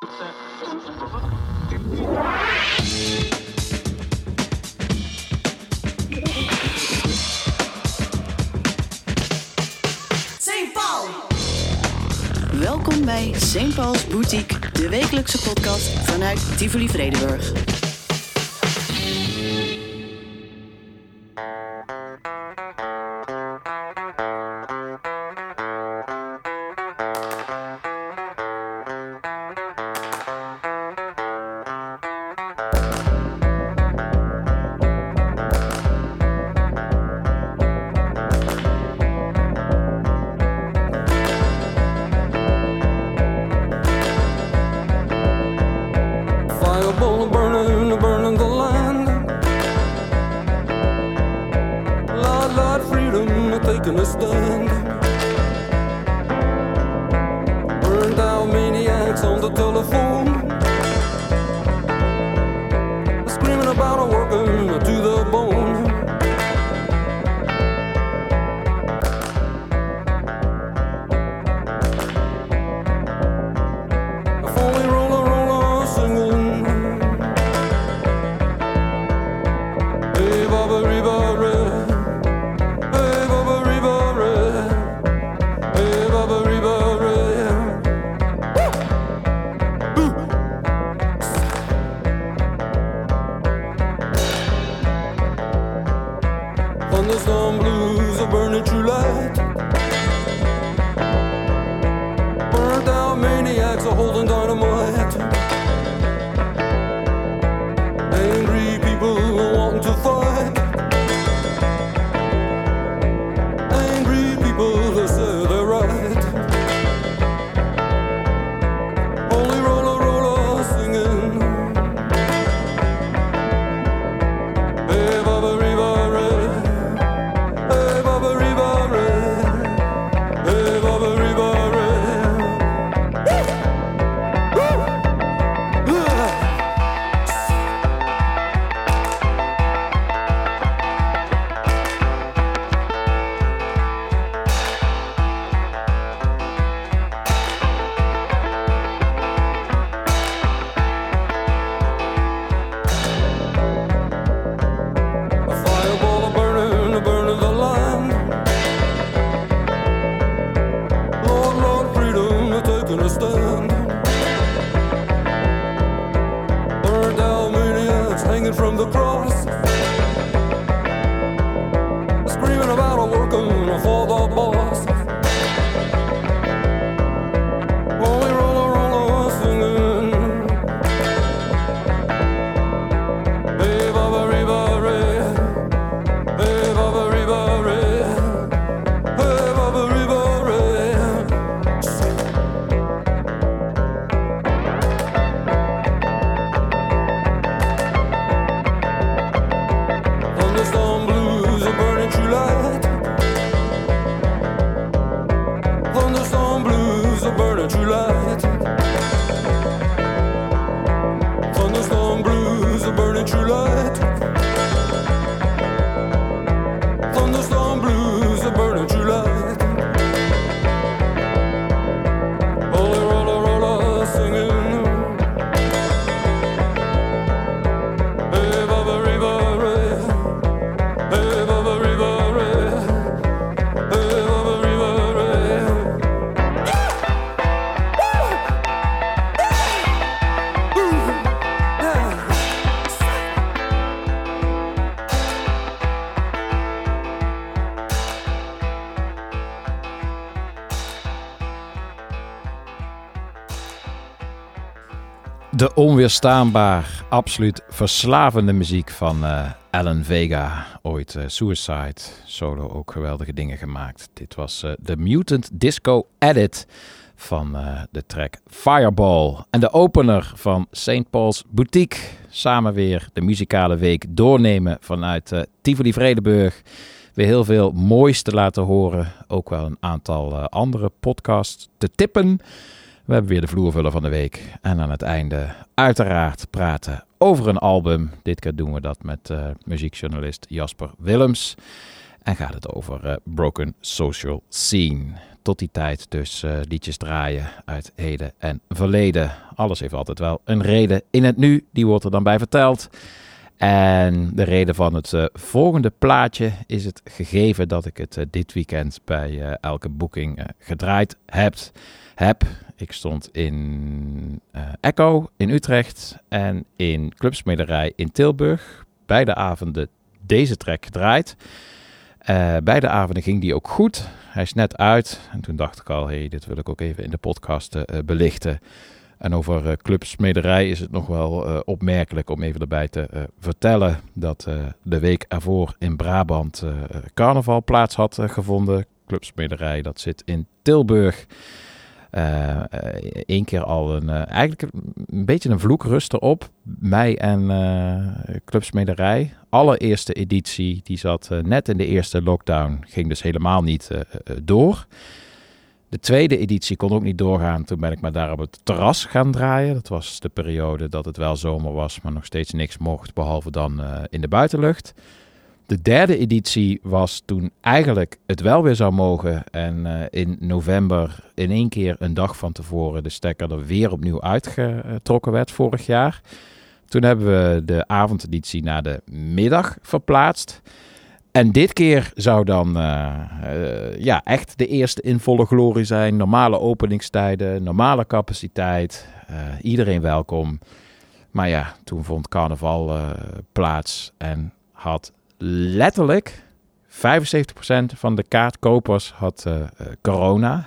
St. Paul. Welkom bij St. Paul's Boutique, de wekelijkse podcast vanuit Tivoli Vredenburg. Thunderstorm blues are burning true light. Burnt out maniacs are holding dynamite. Angry people are wanting to fight. Angry people that say they're right. Holy roller, roller singing. Hey, Baba Riva, hey, Baba Riva, hey, Baba Riva, a fireball burning, burning the line. Lord, Lord, freedom, they're taking a stand. Burned out maniacs hanging from the cross. Screaming about a working for the boss. Holy roller, roller singing. Hey, Baba Riva, hey, Baba Riva, hey, Baba Riva, Thunderstorm blues are burning true light. Thunderstorm blues are burning true light. Thunderstorm blues are burning true light. Thunderstorm blues are burning true light. Holy roller, roller singing. Hey, Baba Riva, hey, Baba Riva, hey, Baba Riva, De onweerstaanbaar, absoluut verslavende muziek van Alan Vega. Ooit Suicide, solo ook geweldige dingen gemaakt. Dit was de Mutant Disco Edit van de track Fireball. En de opener van St. Paul's Boutique. Samen weer de muzikale week doornemen vanuit Tivoli Vredenburg. Weer heel veel moois te laten horen. Ook wel een aantal andere podcasts te tippen. We hebben weer de vloervuller van de week. En aan het einde uiteraard praten over een album. Dit keer doen we dat met muziekjournalist Jasper Willems. En gaat het over Broken Social Scene. Tot die tijd dus liedjes draaien uit heden en verleden. Alles heeft altijd wel een reden in het nu. Die wordt er dan bij verteld. En de reden van het volgende plaatje is het gegeven dat ik het dit weekend bij elke boeking gedraaid heb. Ik stond in Echo in Utrecht en in Clubsmederij in Tilburg. Beide avonden deze track gedraaid. Beide avonden ging die ook goed. Hij is net uit. En toen dacht ik al, dit wil ik ook even in de podcast belichten. En over Clubsmederij is het nog wel opmerkelijk om even erbij te vertellen dat de week ervoor in Brabant carnaval plaats had gevonden. Clubsmederij, dat zit in Tilburg. Eén keer al eigenlijk een beetje een vloek rust erop. Mij en Clubsmederij. Allereerste editie, die zat net in de eerste lockdown. Ging dus helemaal niet door. De tweede editie kon ook niet doorgaan. Toen ben ik maar daar op het terras gaan draaien. Dat was de periode dat het wel zomer was, maar nog steeds niks mocht. Behalve dan in de buitenlucht. De derde editie was toen eigenlijk het wel weer zou mogen. En in november in één keer een dag van tevoren de stekker er weer opnieuw uitgetrokken werd vorig jaar. Toen hebben we de avondeditie naar de middag verplaatst. En dit keer zou dan echt de eerste in volle glorie zijn. Normale openingstijden, normale capaciteit. Iedereen welkom. Maar ja, toen vond carnaval plaats en had letterlijk 75% van de kaartkopers had corona.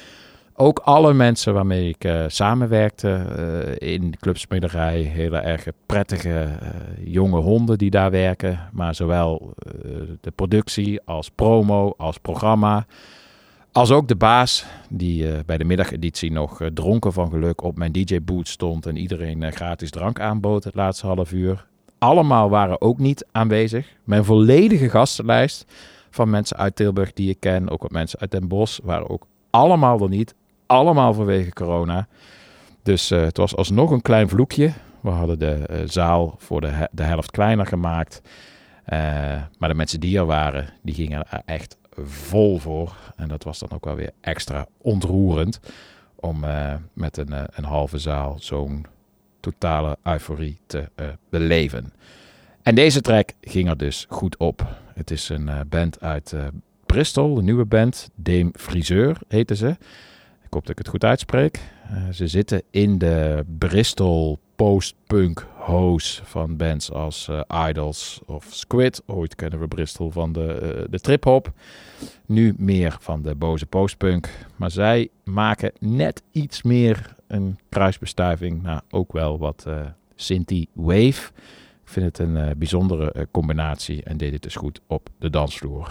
Ook alle mensen waarmee ik samenwerkte in de Clubsmederij, hele erg prettige jonge honden die daar werken. Maar zowel de productie als promo, als programma, als ook de baas die bij de middageditie nog dronken van geluk op mijn DJ-boot stond en iedereen gratis drank aanbood het laatste half uur. Allemaal waren ook niet aanwezig. Mijn volledige gastenlijst van mensen uit Tilburg die ik ken, ook wat mensen uit Den Bosch, waren ook allemaal er niet. Allemaal vanwege corona. Dus het was alsnog een klein vloekje. We hadden de zaal voor de helft kleiner gemaakt. Maar de mensen die er waren, die gingen er echt vol voor. En dat was dan ook wel weer extra ontroerend. Om met een halve zaal zo'n totale euforie te beleven. En deze track ging er dus goed op. Het is een band uit Bristol, een nieuwe band. Dame Friseur heette ze. Ik hoop dat ik het goed uitspreek. Ze zitten in de Bristol post-punk hoes van bands als Idols of Squid. Ooit kennen we Bristol van de trip-hop. Nu meer van de boze postpunk. Maar zij maken net iets meer een kruisbestuiving. Nou, ook wel wat Synthie Wave. Ik vind het een bijzondere combinatie en deed het dus goed op de dansvloer.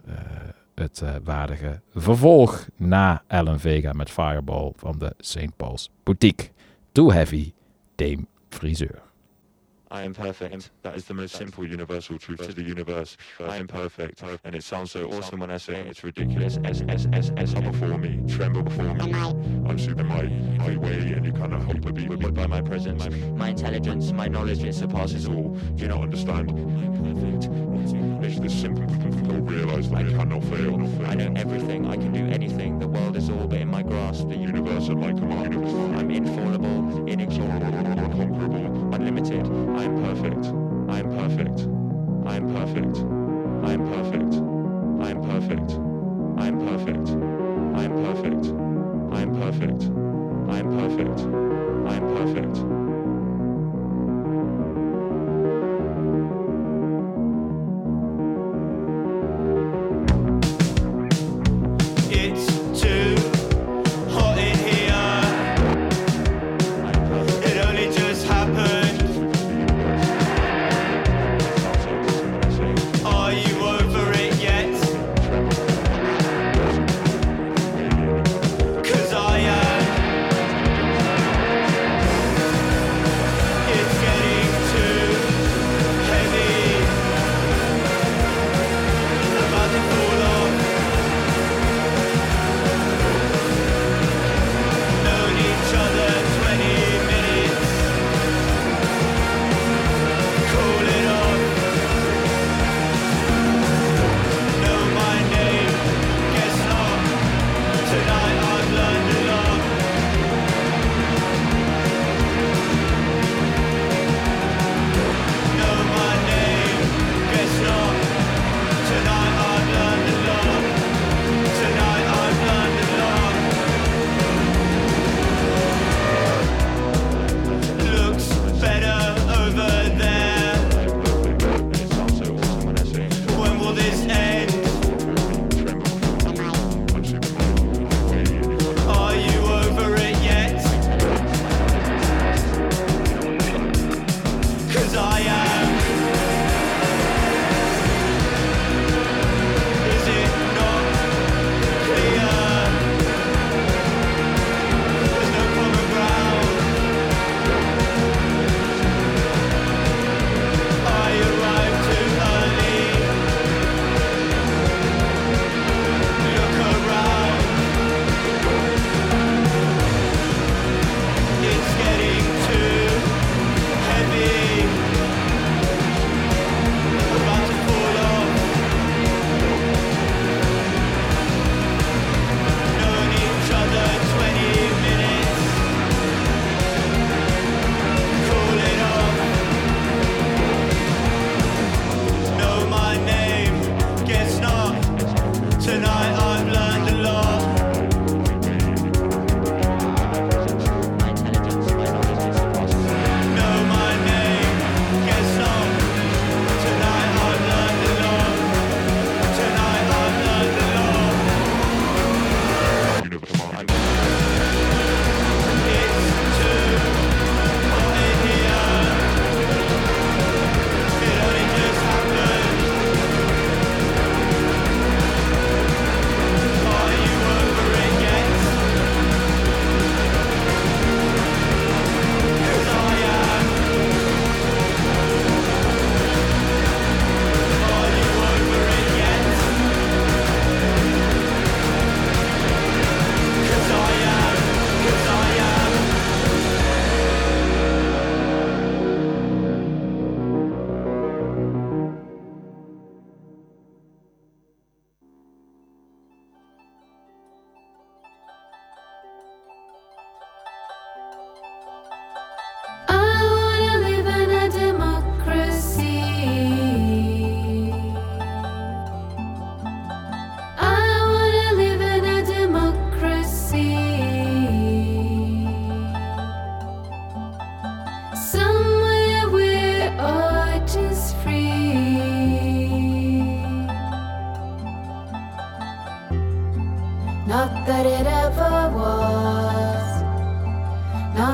Het waardige vervolg na Alan Vega met Fireball van de St. Paul's Boutique. Too Heavy, Dame Friseur. I am perfect. That is the most simple universal truth to the universe. I am perfect. And it sounds so awesome when I say it. It's ridiculous. S before me. Tremble before me. I'm super my way and you kind of hope to be by my presence. My intelligence, my knowledge, it surpasses all. Do you not understand? I'm perfect. It's this simple people realize that I cannot fail. I know everything. I can do anything. The world is all but in my grasp. The universe at my command. I'm infallible, inexorable, unconquerable, unlimited. I am perfect. I am perfect. I am perfect. I am perfect. I am perfect. I am perfect. I am perfect. I am perfect. I am perfect. I am perfect. It's too hot in here.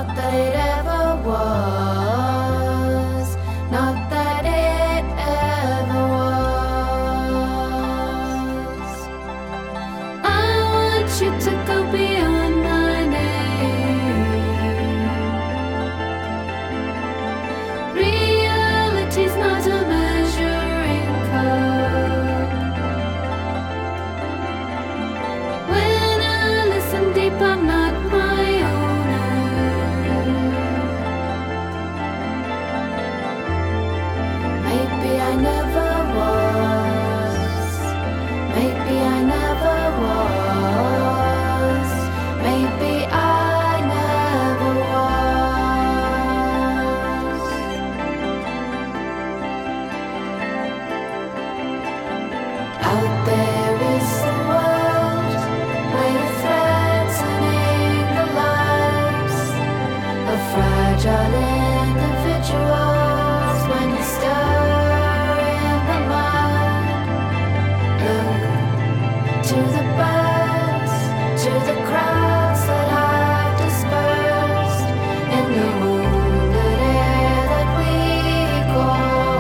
Not that it ever was, not that it ever was. I want you to go beyond my name. Reality's not a measuring cup. When I listen deep, I'm not my owner. Maybe I never was. Maybe I never was. Maybe I never was. Out there is the world where you're threatening the lives of fragile individuals when you stir in the mud. Look to the birds, to the crowds that have dispersed in the wounded air that we call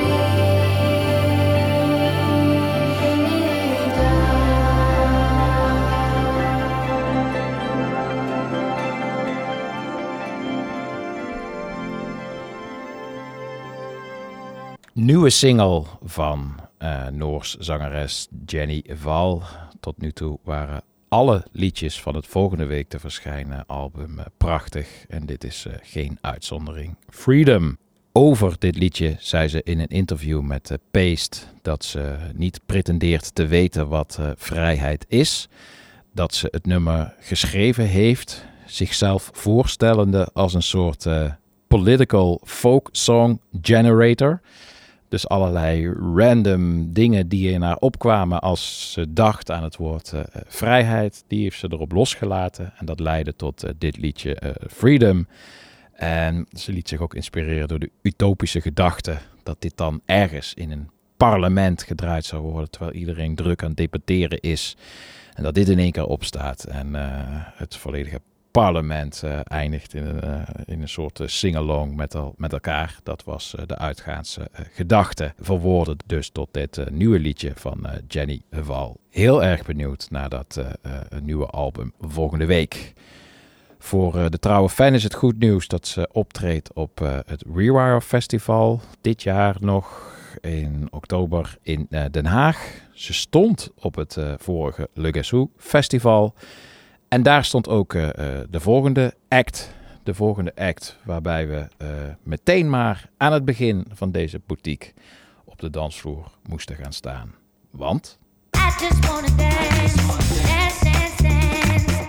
Nieuwe single van Noors zangeres Jenny Val. Tot nu toe waren alle liedjes van het volgende week te verschijnen album prachtig. En dit is geen uitzondering. Freedom. Over dit liedje zei ze in een interview met Paste dat ze niet pretendeert te weten wat vrijheid is. Dat ze het nummer geschreven heeft, zichzelf voorstellende als een soort political folk song generator. Dus allerlei random dingen die in haar opkwamen als ze dacht aan het woord vrijheid, die heeft ze erop losgelaten. En dat leidde tot dit liedje Freedom. En ze liet zich ook inspireren door de utopische gedachte dat dit dan ergens in een parlement gedraaid zou worden, terwijl iedereen druk aan het debatteren is. En dat dit in één keer opstaat en het volledige parlement eindigt in een soort sing-along met elkaar. Dat was de uitgaanse gedachte. Verwoordend dus tot dit nieuwe liedje van Jenny Val. Heel erg benieuwd naar dat nieuwe album volgende week. Voor de trouwe fan is het goed nieuws dat ze optreedt op het Rewire Festival. Dit jaar nog in oktober in Den Haag. Ze stond op het vorige Le Guessou Festival. En daar stond ook de volgende act. De volgende act waarbij we meteen maar aan het begin van deze boutique op de dansvloer moesten gaan staan. Want I just wanna dance, dance, dance, dance.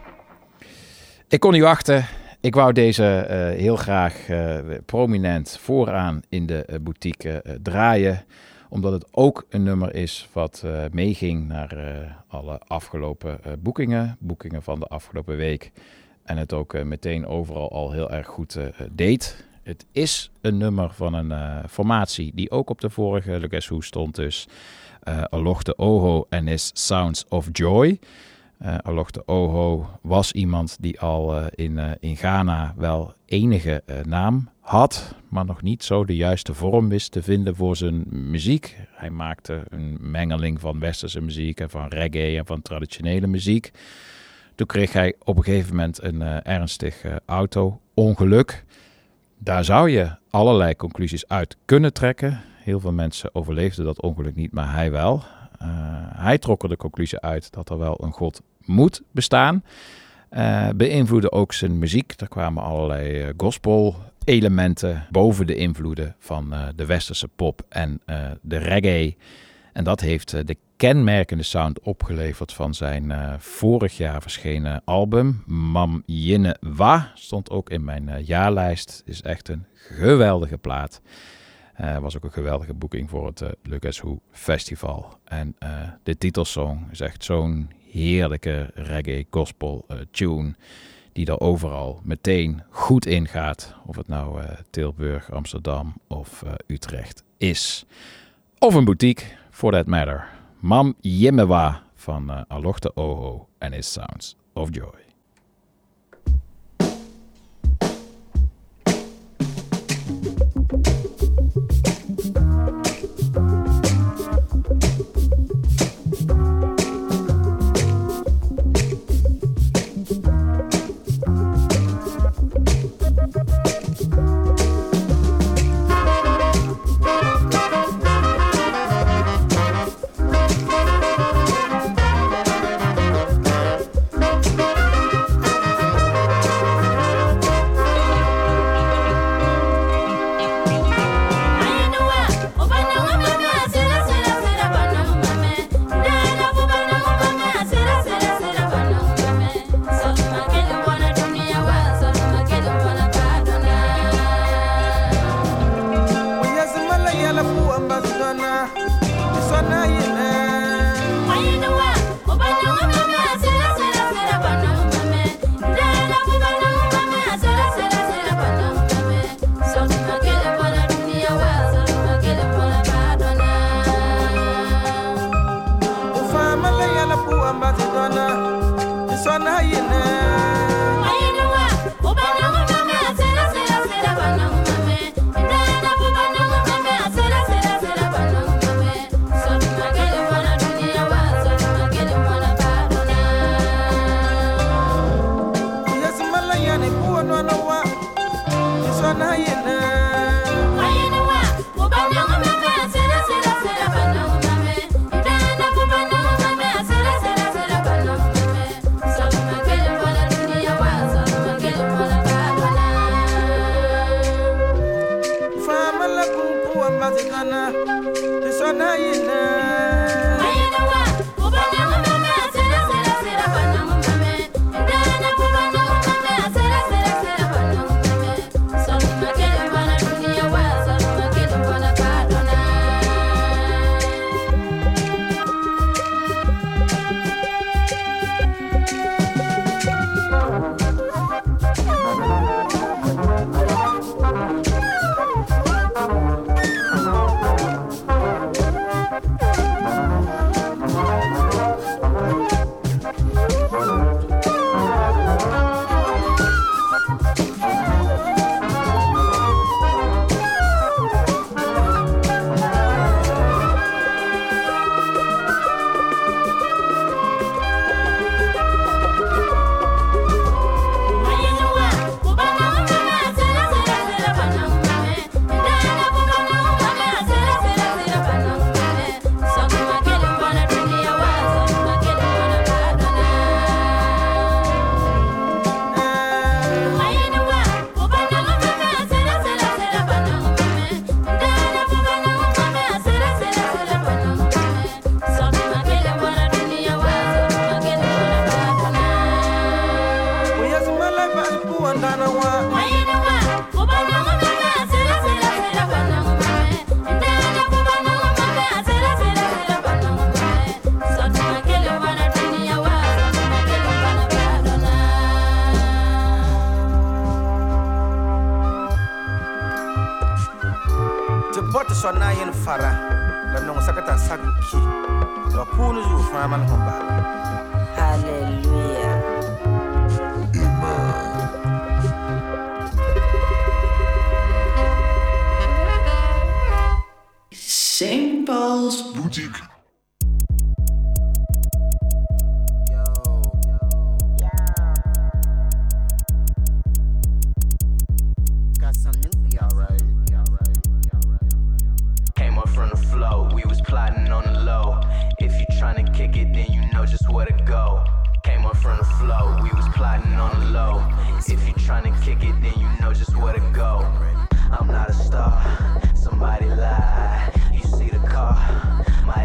ik kon niet wachten. Ik wou deze heel graag prominent vooraan in de boutique draaien. Omdat het ook een nummer is wat meeging naar alle afgelopen boekingen. Boekingen van de afgelopen week. En het ook meteen overal al heel erg goed deed. Het is een nummer van een formatie die ook op de vorige Le Guessou stond. Dus Alok de Oho en his Sounds of Joy. Alok de Oho was iemand die al in Ghana wel enige naam had, maar nog niet zo de juiste vorm wist te vinden voor zijn muziek. Hij maakte een mengeling van westerse muziek en van reggae en van traditionele muziek. Toen kreeg hij op een gegeven moment een ernstig auto-ongeluk. Daar zou je allerlei conclusies uit kunnen trekken. Heel veel mensen overleefden dat ongeluk niet, maar hij wel. Hij trok er de conclusie uit dat er wel een God moet bestaan. Beïnvloedde ook zijn muziek. Er kwamen allerlei gospel-elementen boven de invloeden van de westerse pop en de reggae. En dat heeft de kenmerkende sound opgeleverd van zijn vorig jaar verschenen album. Mam Yinne Wa stond ook in mijn jaarlijst. Is echt een geweldige plaat. Was ook een geweldige boeking voor het Le Guessou Festival. En de titelsong is echt zo'n heerlijke reggae gospel tune die er overal meteen goed in gaat. Of het nou Tilburg, Amsterdam of Utrecht is. Of een boutique, for that matter. Mam Yemewa van Alok de Oho and his Sounds of Joy. St. Paul's Boutique. Got some new for y'all, right? Came up from the flow, we was plotting on the low. If you tryna kick it, then you know just where to go. Came up from the flow, we was plotting on the low. If you tryna kick it, then you know just where to go. I'm not a star, somebody lie. You see the car, my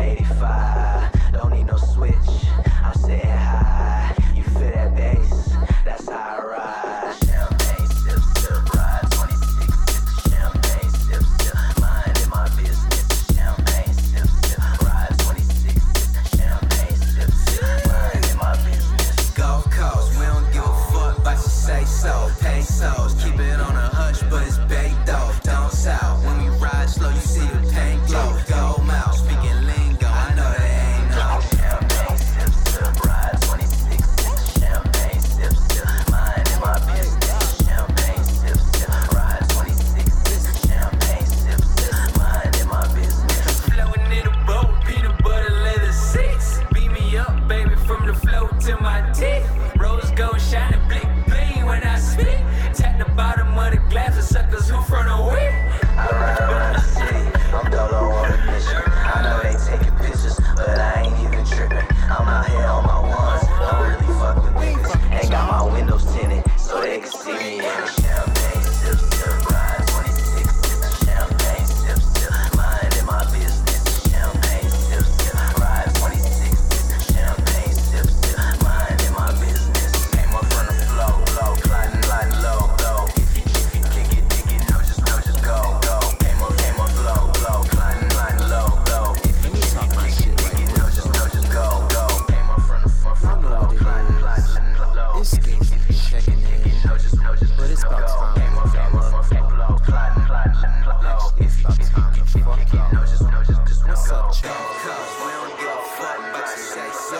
85. Don't need no switch, I'm sitting high. You feel that bass, that's how I ride. Champagne, sip, sip, ride 26, sip, champagne, sip, sip, mind in my business. Champagne, sip, sip, ride 26, sip, champagne, sip, sip, mind in my business. Gulf Coast, we don't give a fuck, but you say so. Pesos, keep it on a hush, but it's baked though. Don't south, when we ride slow, you see the pain glow. Go mouth, speaking lingo, I know they ain't no. Champagne, sip, sip, ride 26, sip, champagne, sip, sip, mind in my business. Champagne, sip, sip, ride 26, sip, champagne, sip, sip, mind in my business. Floating in a boat, peanut butter leather seats. Beat me up, baby, from the float to my teeth. Rose gold shining, bling, bling when I speak. Tap the bottom of the glass for suckers who from the way. I ride around the city, I'm dolo on a mission. I know they taking pictures, but I ain't even tripping. I'm out here on my ones, don't really fuck with niggas. Ain't got my windows tinted, so they can see me in the champagne, sip, sip, ride 26, sip, champagne, sip, sip, mind in my business. Champagne, sip, sip, ride 26, sip, champagne, sip, sip, mind in my business. Came up from the flow, low, gliding low, low. If you kick it, dig it, no, just go, go. Came up low, low, gliding low, low. If you kick it, dig it, no, just go, go. Came up from the flow, gliding low. It's checking in, but it's about time. Came up low, gliding low. If you kick it, no, just What's go. up, Chuck? Cause we don't give a fuck, but you say so.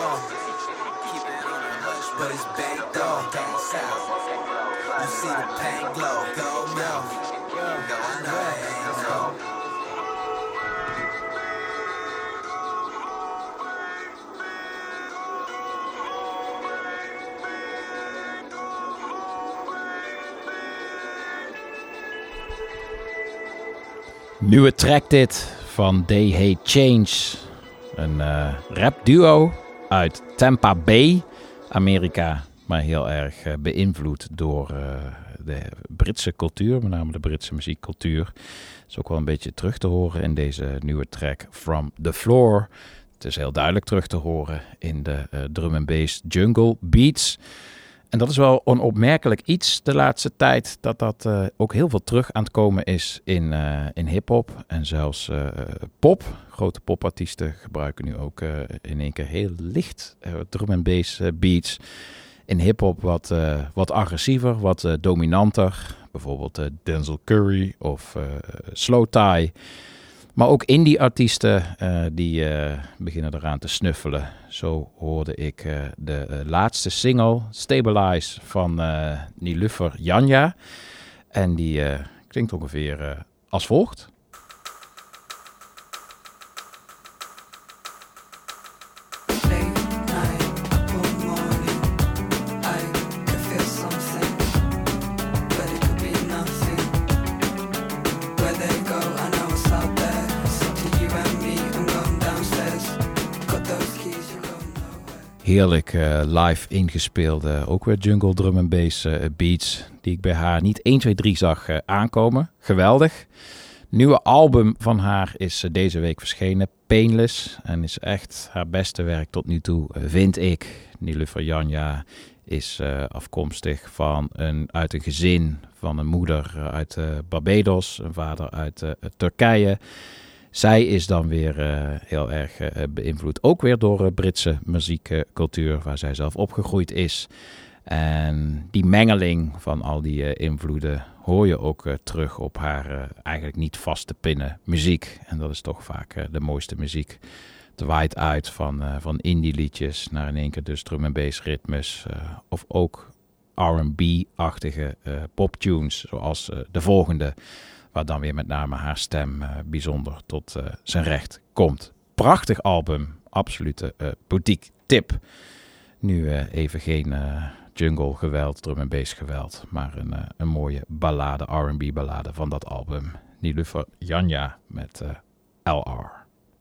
Keep it on the hush, but it's baked though. Down south, you see the pain glow. Go mouth, go, I know they ain't no. Nieuwe track dit van They Hate Change. Een rap duo uit Tampa Bay, Amerika. Maar heel erg beïnvloed door de Britse cultuur, met name de Britse muziekcultuur. Dat is ook wel een beetje terug te horen in deze nieuwe track From The Floor. Het is heel duidelijk terug te horen in de drum and bass jungle beats. En dat is wel een opmerkelijk iets de laatste tijd, dat ook heel veel terug aan het komen is in hiphop en zelfs pop. Grote popartiesten gebruiken nu ook in één keer heel licht drum and bass beats. In hiphop wat agressiever, wat dominanter. Bijvoorbeeld Denzel Curry of Slow Tie. Maar ook indie-artiesten die beginnen eraan te snuffelen. Zo hoorde ik de laatste single, Stabilize, van Nilüfer Yanya. En die klinkt ongeveer als volgt. Heerlijk live ingespeelde, ook weer jungle drum and bass beats die ik bij haar niet 1, 2, 3 zag aankomen. Geweldig. Nieuwe album van haar is deze week verschenen, Painless. En is echt haar beste werk tot nu toe, vind ik. Nilüfer Yanya is afkomstig uit een gezin van een moeder uit Barbados, een vader uit Turkije. Zij is dan weer heel erg beïnvloed, ook weer door Britse muziekcultuur, waar zij zelf opgegroeid is. En die mengeling van al die invloeden hoor je ook terug op haar eigenlijk niet vast te pinnen muziek. En dat is toch vaak de mooiste muziek. Het waait uit van indie liedjes naar in één keer dus drum and bass ritmes. Of ook R&B-achtige poptunes, zoals de volgende. Waar dan weer met name haar stem bijzonder tot zijn recht komt. Prachtig album, absolute boutique tip. Nu even geen jungle geweld, drum and bass geweld, maar een mooie ballade, R&B ballade van dat album. Nilüfer Yanya met LR.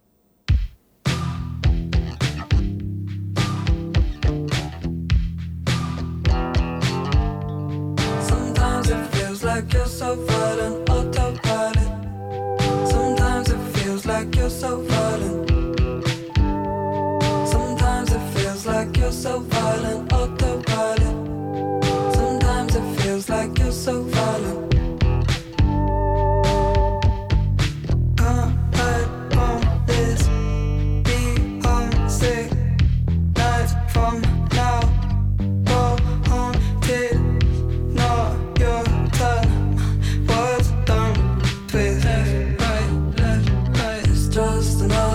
Sometimes it feels like you're so violent, autopilot. Sometimes it feels like you're so violent. Sometimes it feels like you're so violent, autopilot. Sometimes it feels like you're so violent. Can't hide from this. Be homesick. Nights from now. Go haunted. Not your turn. Words don't twist. Left, right. It's just another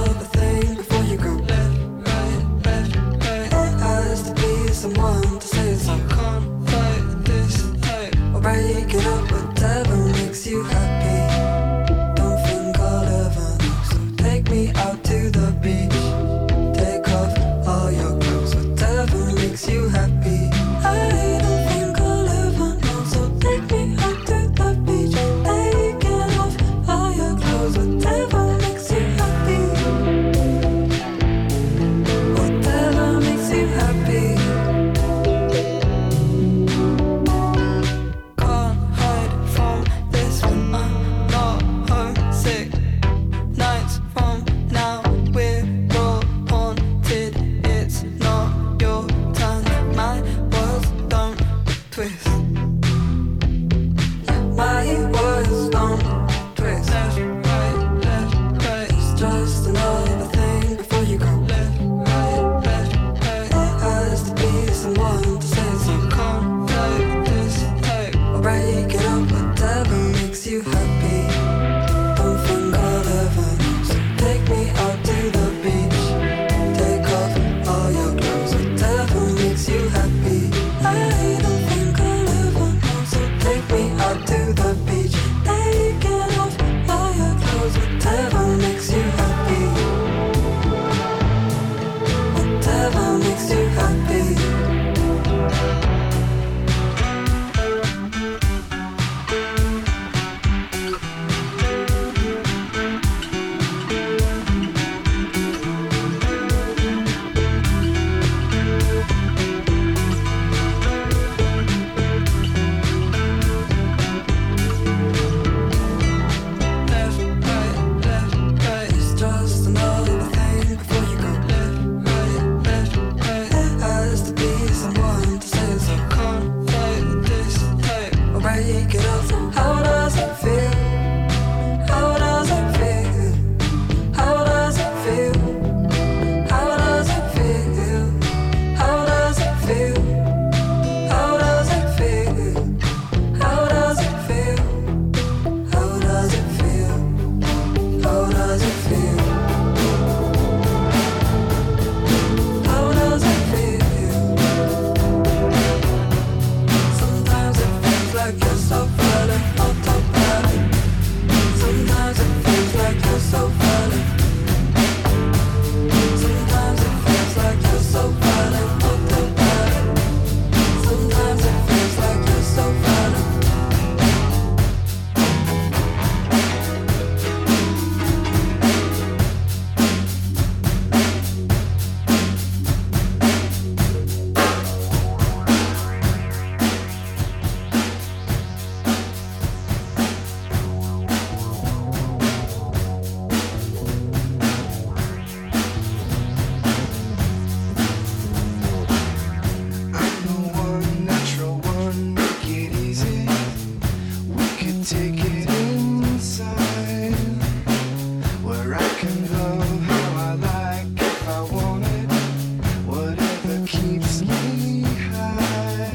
can take it inside, where I can love how I like if I want it, whatever keeps me high.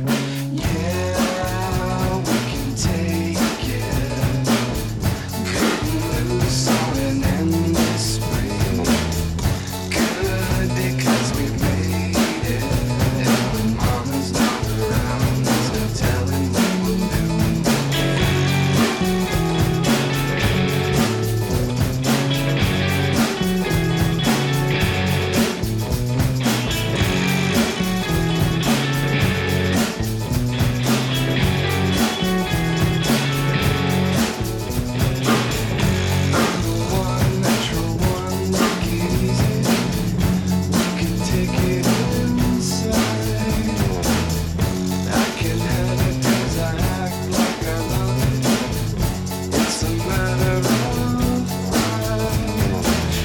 Yeah, we can take it, cut loose on an endless spree. Good because we made it, and when mama's not around, there's no telling what we'll do. One natural one, take it easy. We can take it inside. I can have it 'cause I act like I love it. It's a matter of pride.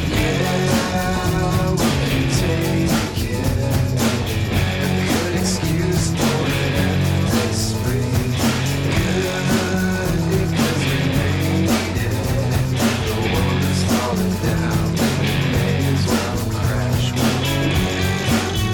Yeah, we can take it. A good excuse for an endless spree. Good because we made it. The world is falling down. We may as well crash with it.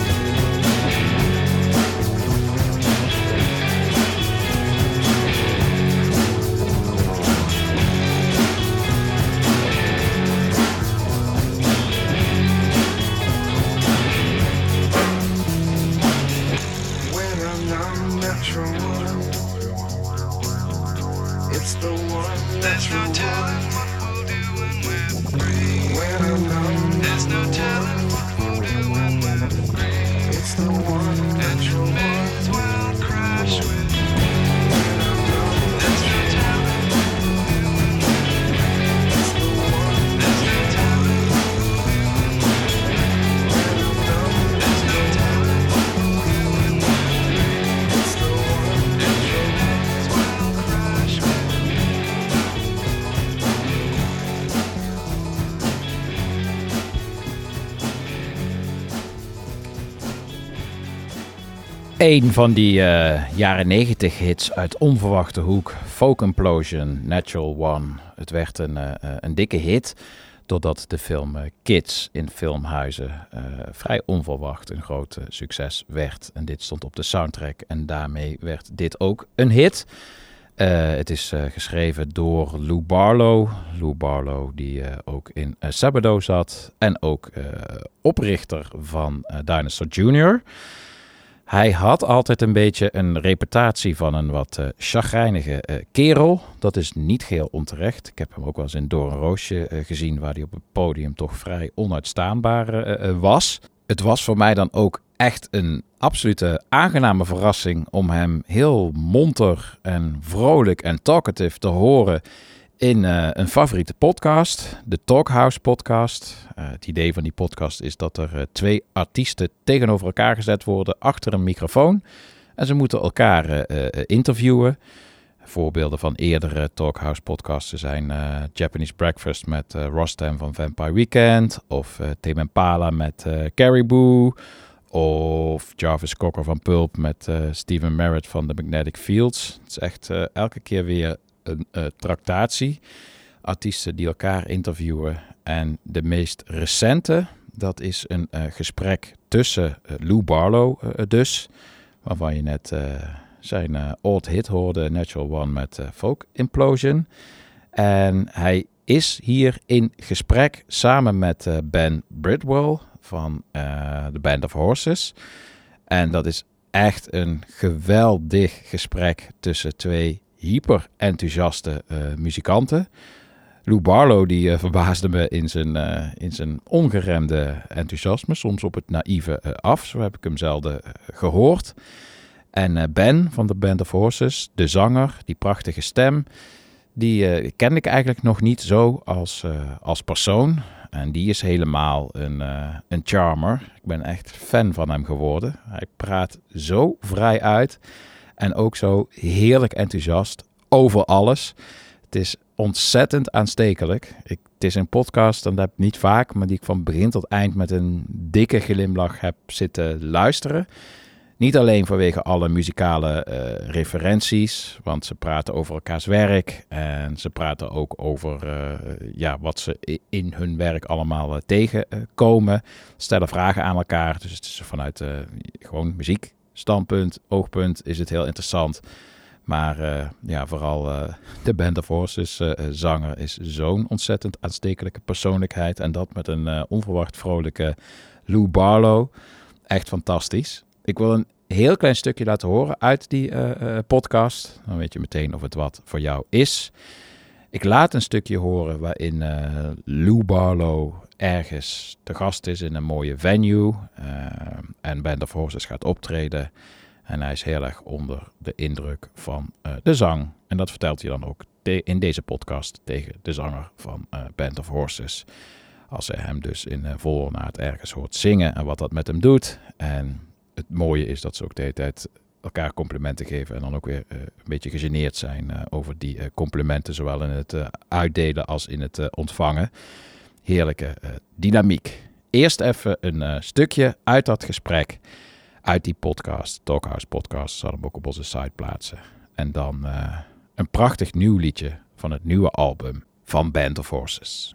When I'm non-natural one, it's the one there's no telling what we'll do when we're free. When I'm non, there's no telling what we'll do when we're free. It's the one natural one. May as well crash with. When I'm non, there's no telling what we'll do when we're free. It's the one. There's no telling what we'll do when we're free. When I'm non, there's no telling what we'll do when we're free. It's the one natural. May as well crash with. Een van die jaren 90 hits uit onverwachte hoek. Folk Implosion, Natural One. Het werd een dikke hit doordat de film Kids in filmhuizen vrij onverwacht een groot succes werd. En dit stond op de soundtrack en daarmee werd dit ook een hit. Het is geschreven door Lou Barlow. Lou Barlow die ook in Sabado zat en ook oprichter van Dinosaur Jr. Hij had altijd een beetje een reputatie van een wat chagrijnige kerel. Dat is niet geheel onterecht. Ik heb hem ook wel eens in Door een Roosje gezien, waar hij op het podium toch vrij onuitstaanbaar was. Het was voor mij dan ook echt een absolute aangename verrassing om hem heel monter en vrolijk en talkative te horen in een favoriete podcast, de Talkhouse podcast. Het idee van die podcast is dat er 2 artiesten tegenover elkaar gezet worden achter een microfoon. En ze moeten elkaar interviewen. Voorbeelden van eerdere Talkhouse podcasten zijn Japanese Breakfast met Rostam van Vampire Weekend. Of Tame Impala met Caribou. Of Jarvis Cocker van Pulp met Stephen Merritt van The Magnetic Fields. Het is echt elke keer weer een tractatie. Artiesten die elkaar interviewen. En de meest recente, dat is een gesprek tussen Lou Barlow dus. Waarvan je net zijn old hit hoorde, Natural One met Folk Implosion. En hij is hier in gesprek samen met Ben Bridwell van The Band of Horses. En dat is echt een geweldig gesprek tussen 2 hyper-enthousiaste muzikanten. Lou Barlow die verbaasde me in zijn ongeremde enthousiasme, soms op het naïeve af. Zo heb ik hem zelden gehoord. En Ben van de Band of Horses, de zanger, die prachtige stem, die kende ik eigenlijk nog niet zo als persoon. En die is helemaal een charmer. Ik ben echt fan van hem geworden. Hij praat zo vrij uit en ook zo heerlijk enthousiast over alles. Het is ontzettend aanstekelijk. Het is een podcast, en dat heb ik niet vaak, maar die ik van begin tot eind met een dikke glimlach heb zitten luisteren. Niet alleen vanwege alle muzikale referenties, want ze praten over elkaars werk en ze praten ook over wat ze in hun werk allemaal tegenkomen. Stellen vragen aan elkaar, dus het is vanuit gewoon muziekstandpunt, oogpunt is het heel interessant. Maar vooral de Band of Horses zanger is zo'n ontzettend aanstekelijke persoonlijkheid. En dat met een onverwacht vrolijke Lou Barlow. Echt fantastisch. Ik wil een heel klein stukje laten horen uit die podcast. Dan weet je meteen of het wat voor jou is. Ik laat een stukje horen waarin Lou Barlow ergens te gast is in een mooie venue. En Band of Horses gaat optreden. En hij is heel erg onder de indruk van de zang. En dat vertelt hij dan ook in deze podcast tegen de zanger van Band of Horses. Als hij hem dus in vol ornaat ergens hoort zingen en wat dat met hem doet. En het mooie is dat ze ook de hele tijd elkaar complimenten geven. En dan ook weer een beetje gegeneerd zijn over die complimenten. Zowel in het uitdelen als in het ontvangen. Heerlijke dynamiek. Eerst even een stukje uit dat gesprek. Uit die podcast, Talkhouse podcast, zal hem ook op onze site plaatsen. En dan een prachtig nieuw liedje van het nieuwe album van Band of Horses.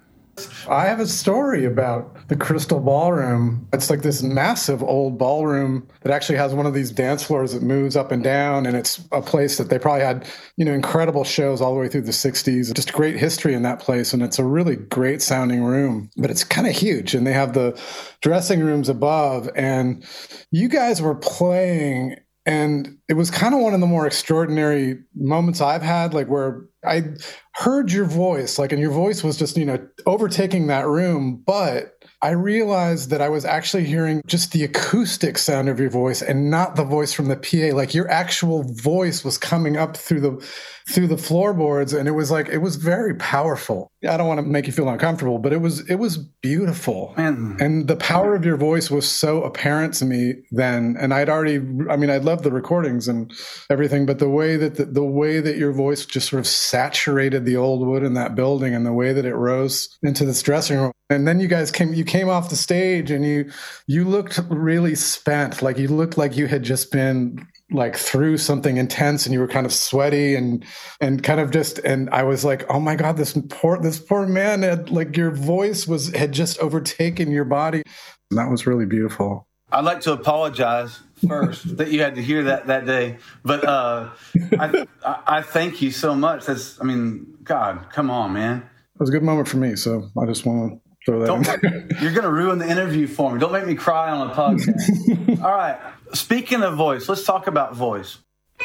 I have a story about the Crystal Ballroom. It's like this massive old ballroom that actually has one of these dance floors that moves up and down. And it's a place that they probably had, incredible shows all the way through the 60s. Just great history in that place. And it's a really great sounding room, but it's kind of huge. And they have the dressing rooms above. And you guys were playing, and it was kind of one of the more extraordinary moments I've had, like where I heard your voice, and your voice was just, overtaking that room. But I realized that I was actually hearing just the acoustic sound of your voice and not the voice from the PA. Like your actual voice was coming up through the floorboards, and it was very powerful. I don't want to make you feel uncomfortable, but it was beautiful. Man. And the power of your voice was so apparent to me then. And I'd loved the recordings and everything, but the way that your voice just sort of saturated the old wood in that building and the way that it rose into this dressing room. And then you guys came off the stage and you looked really spent. Like you looked like you had just been through something intense and you were kind of sweaty and kind of just, and I was like, oh my God, this poor man had, your voice had just overtaken your body. And that was really beautiful. I'd like to apologize first that you had to hear that day, but I thank you so much. God, come on, man. It was a good moment for me, so I just want to throw that in. You're going to ruin the interview for me. Don't make me cry on a podcast. All right. Speaking of voice, let's talk about voice.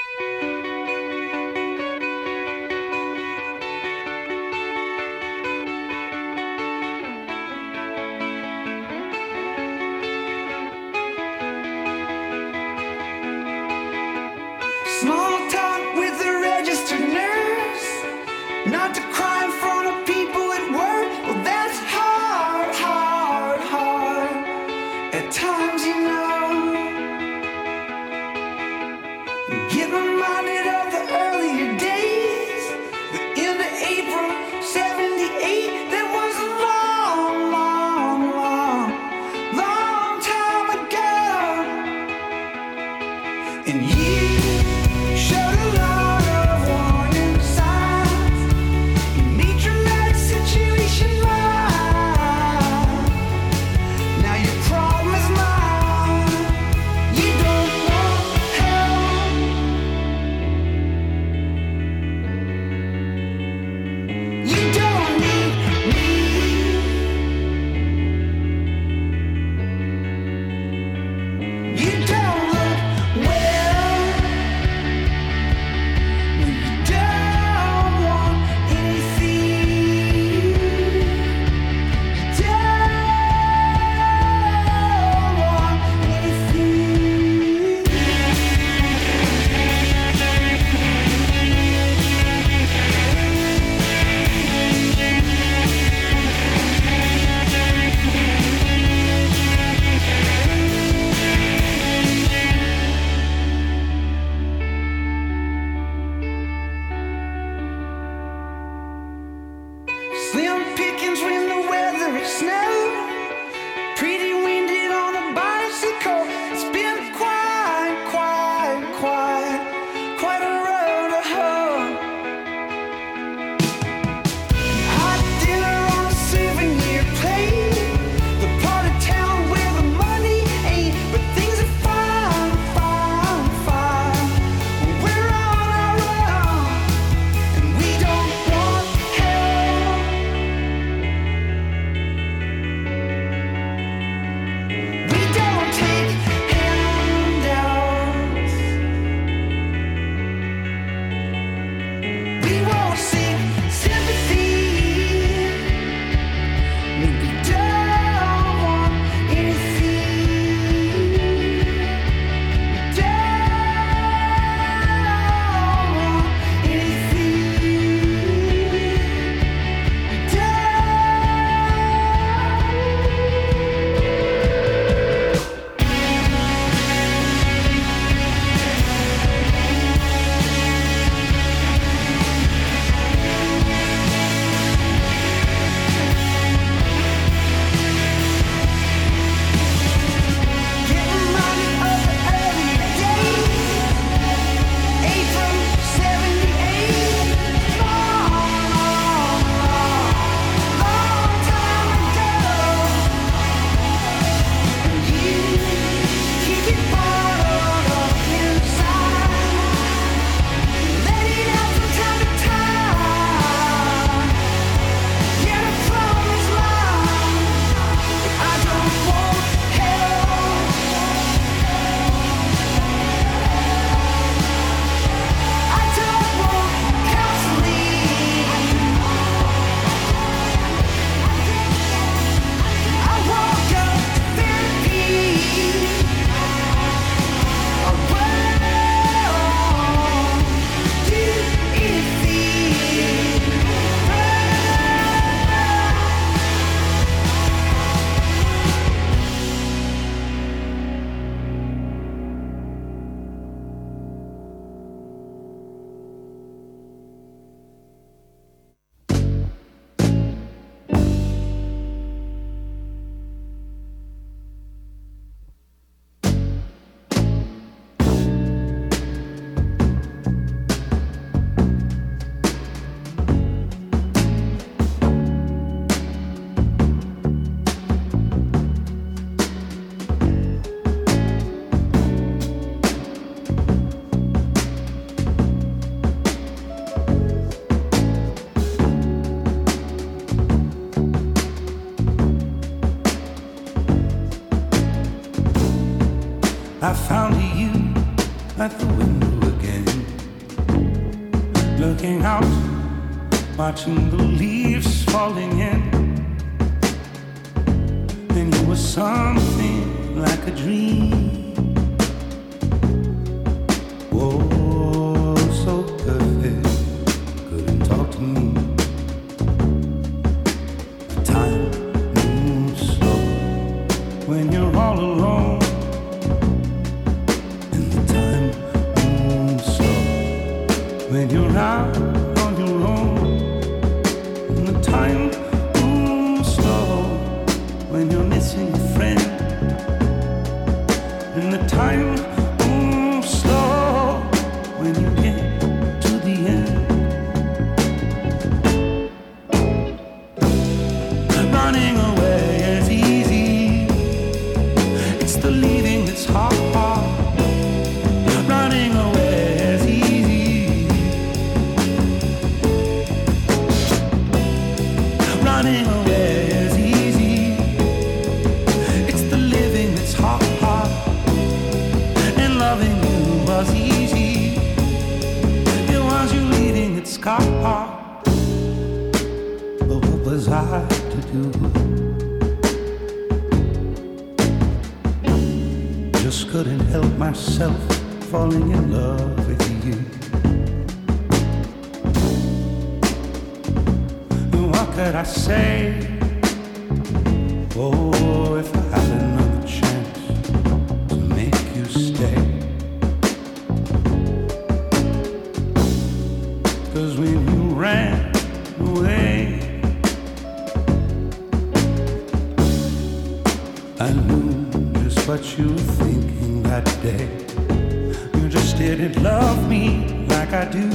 Small talk with the registered nurse. Not to cry in front of people at work. Well, that's hard, hard, hard. At times, I found you at the window again, looking out, watching the leaves falling in. And you were something like a dream. Oh, so perfect, couldn't talk to me. Time moves slow when you're all alone. And the time moves slow when you're out on your own. And the time moves slow when you're missing a friend. And the time moves slow when you get to the end. Running away is easy, it's the leaving that's hard. Running away is easy, running away is easy, it's the living that's hard. And loving you was easy, it was you leaving that's hard. But what was I to do? Just couldn't help myself falling in love with you. And what could I say? Oh, if I had another chance to make you stay. 'Cause when you ran away, I knew just what you were thinking that day. You just didn't love me like I do,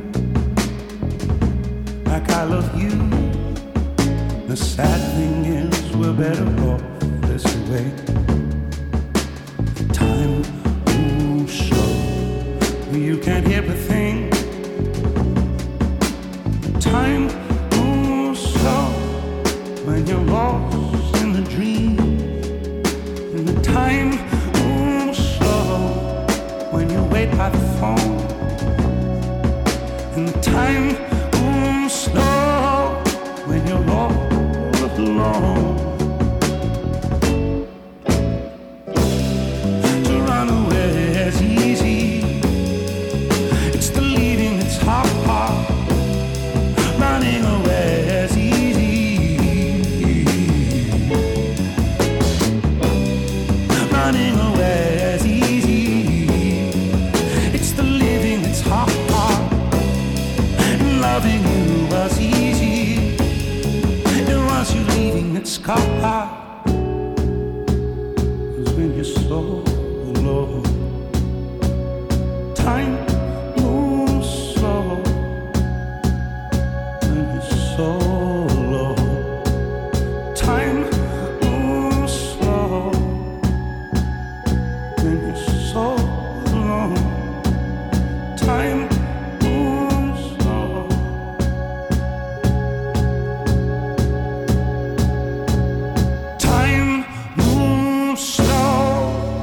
like I love you. The sad thing is we're better off this way. Time moves slow, you can't hear a thing. Time moves slow when you're lost in the dream. And the time moves slow when you wait by the phone. And the time moves slow when you're all alone. To run away is easy, it's the leaving that's hard. Running away is easy, running away is easy, it's the living that's hard. And loving you was easy, it was you leaving that's hard. 'Cause when you're so alone, time moves slow. When you're so alone, time moves slow. When you're so alone, time moves slow. Time moves slow.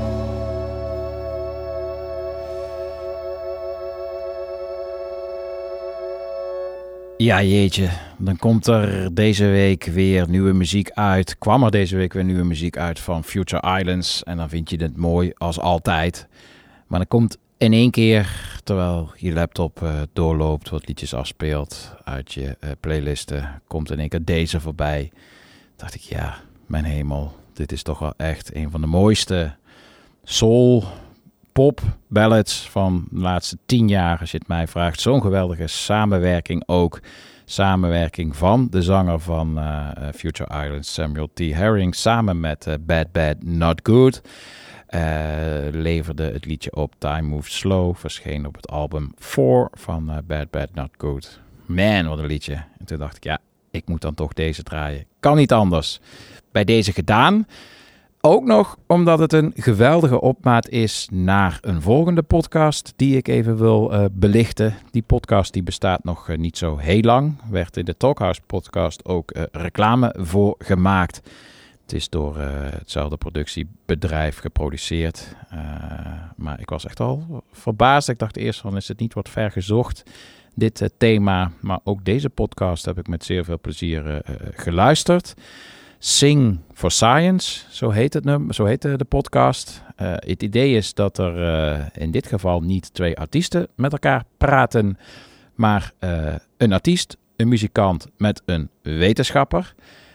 Ja, jeetje. Dan komt er deze week weer nieuwe muziek uit. Kwam er deze week weer nieuwe muziek uit van Future Islands. En dan vind je het mooi als altijd. Maar dan komt in één keer, terwijl je laptop doorloopt, wat liedjes afspeelt uit je playlisten, komt in één keer deze voorbij. Dacht ik, ja, mijn hemel. Dit is toch wel echt een van de mooiste soul pop ballads van de laatste 10 jaar, als je het mij vraagt. Zo'n geweldige samenwerking ook. Samenwerking van de zanger van Future Islands, Samuel T. Herring, samen met Bad Bad Not Good. Leverde het liedje op Time Moves Slow, verscheen op het album 4 van Bad Bad Not Good. Man, wat een liedje. En toen dacht ik, ja, ik moet dan toch deze draaien. Kan niet anders. Bij deze gedaan. Ook nog omdat het een geweldige opmaat is naar een volgende podcast die ik even wil belichten. Die podcast die bestaat nog niet zo heel lang. Werd in de Talkhouse podcast ook reclame voor gemaakt. Het is door hetzelfde productiebedrijf geproduceerd. Maar ik was echt al verbaasd. Ik dacht eerst van, is het niet wat ver gezocht, dit thema. Maar ook deze podcast heb ik met zeer veel plezier geluisterd. Sing for Science, zo heet de podcast. Het idee is dat er in dit geval niet 2 artiesten met elkaar praten, maar een artiest, een muzikant met een wetenschapper.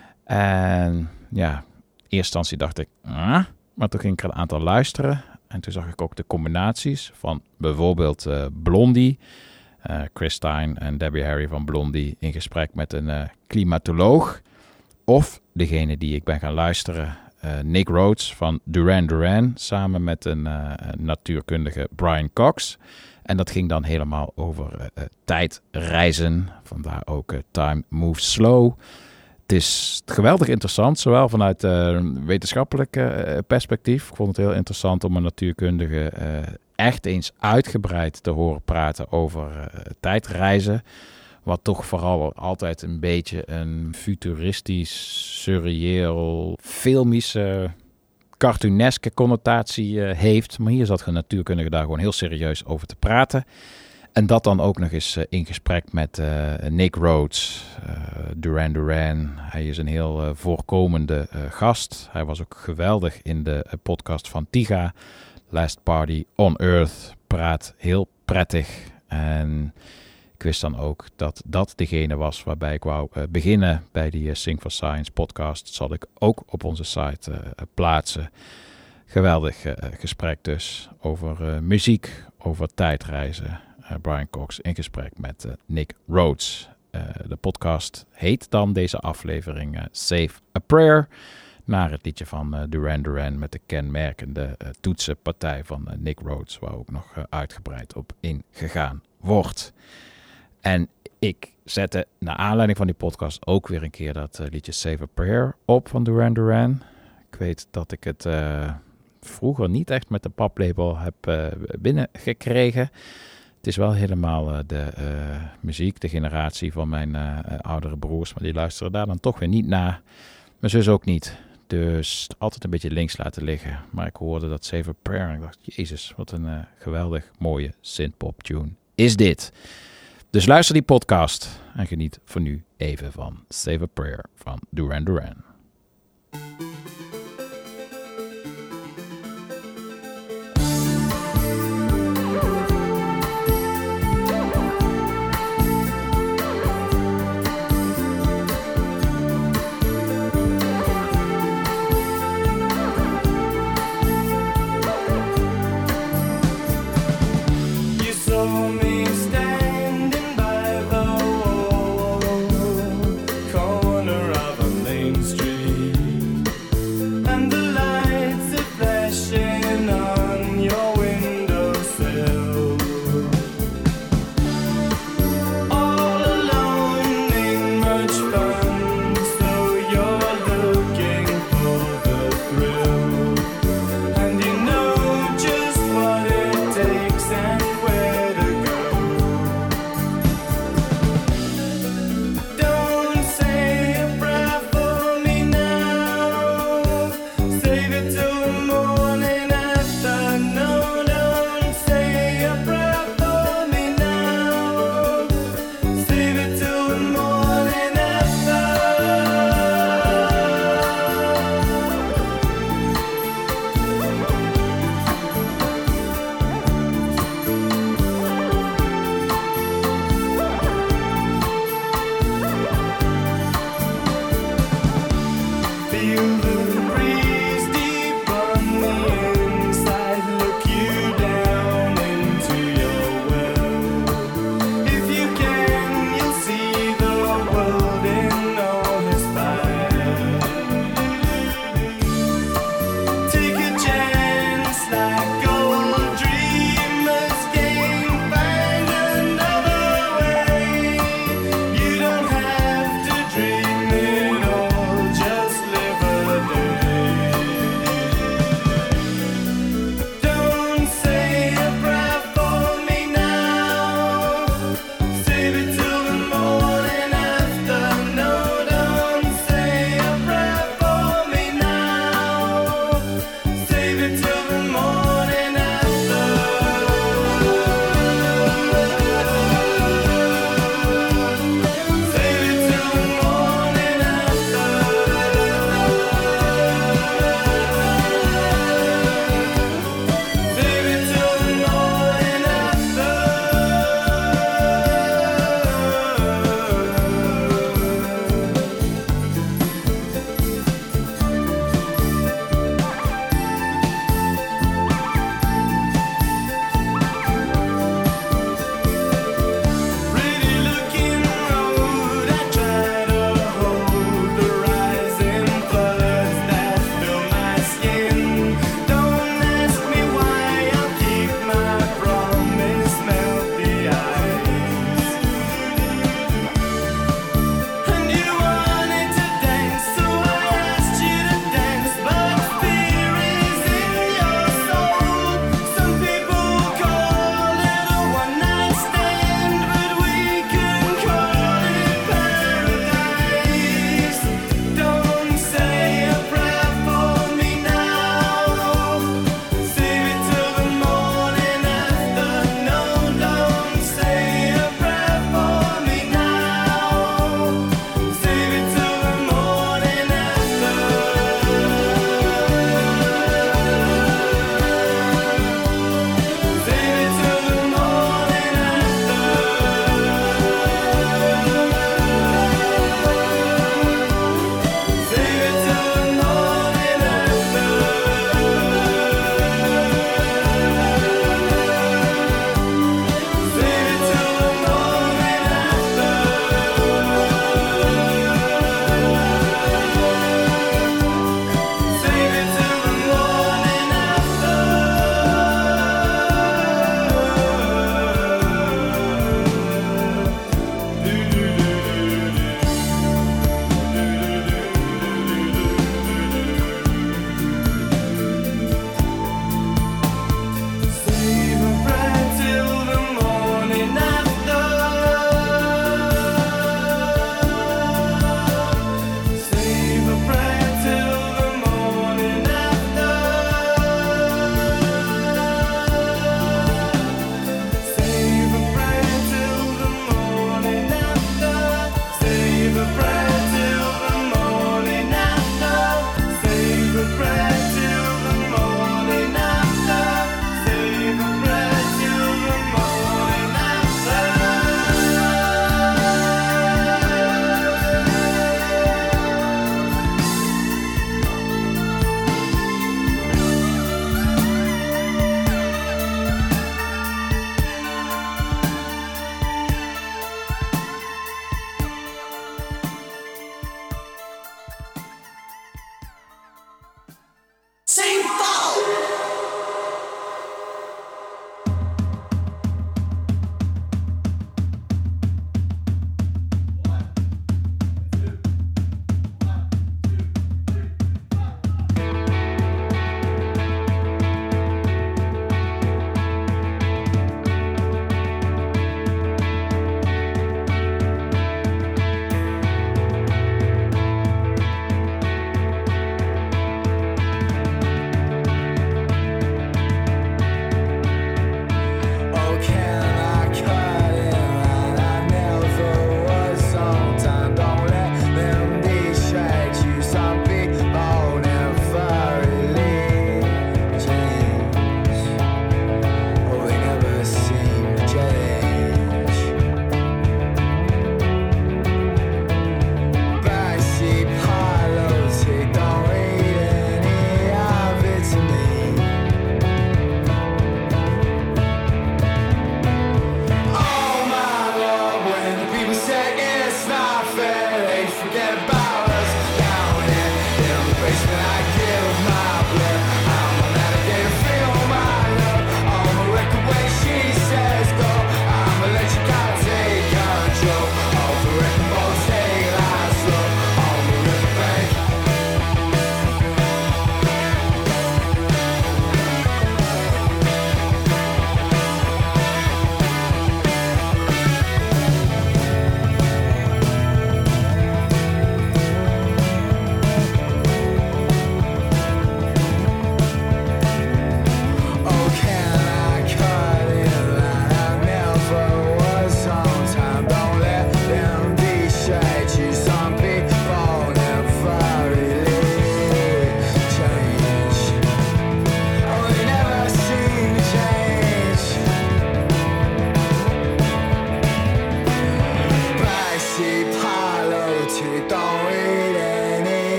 En ja, in eerste instantie dacht ik, maar toen ging ik er een aantal luisteren. En toen zag ik ook de combinaties van bijvoorbeeld Blondie, Chris Stein en Debbie Harry van Blondie in gesprek met een klimatoloog. Of degene die ik ben gaan luisteren, Nick Rhodes van Duran Duran, samen met een natuurkundige Brian Cox. En dat ging dan helemaal over tijdreizen, vandaar ook Time Moves Slow. Het is geweldig interessant, zowel vanuit wetenschappelijk perspectief. Ik vond het heel interessant om een natuurkundige echt eens uitgebreid te horen praten over tijdreizen. Wat toch vooral altijd een beetje een futuristisch, surreëel, filmische, cartooneske connotatie heeft. Maar hier zat een natuurkundige daar gewoon heel serieus over te praten. En dat dan ook nog eens in gesprek met Nick Rhodes, Duran Duran. Hij is een heel voorkomende gast. Hij was ook geweldig in de podcast van Tiga, Last Party on Earth. Praat heel prettig. En ik wist dan ook dat dat degene was waarbij ik wou beginnen bij die Sing for Science podcast. Dat zal ik ook op onze site plaatsen. Geweldig gesprek dus over muziek, over tijdreizen. Brian Cox in gesprek met Nick Rhodes. De podcast heet dan deze aflevering Save a Prayer. Naar het liedje van Duran Duran met de kenmerkende toetsenpartij van Nick Rhodes. Waar ook nog uitgebreid op ingegaan wordt. En ik zette naar aanleiding van die podcast ook weer een keer dat liedje Save a Prayer op van Duran Duran. Ik weet dat ik het vroeger niet echt met de paplepel heb binnengekregen. Het is wel helemaal de muziek, de generatie van mijn oudere broers. Maar die luisteren daar dan toch weer niet naar. Mijn zus ook niet. Dus altijd een beetje links laten liggen. Maar ik hoorde dat Save a Prayer en ik dacht, jezus, wat een geweldig mooie synthpop tune is dit. Dus luister die podcast en geniet voor nu even van Save a Prayer van Duran Duran. Corner of a main street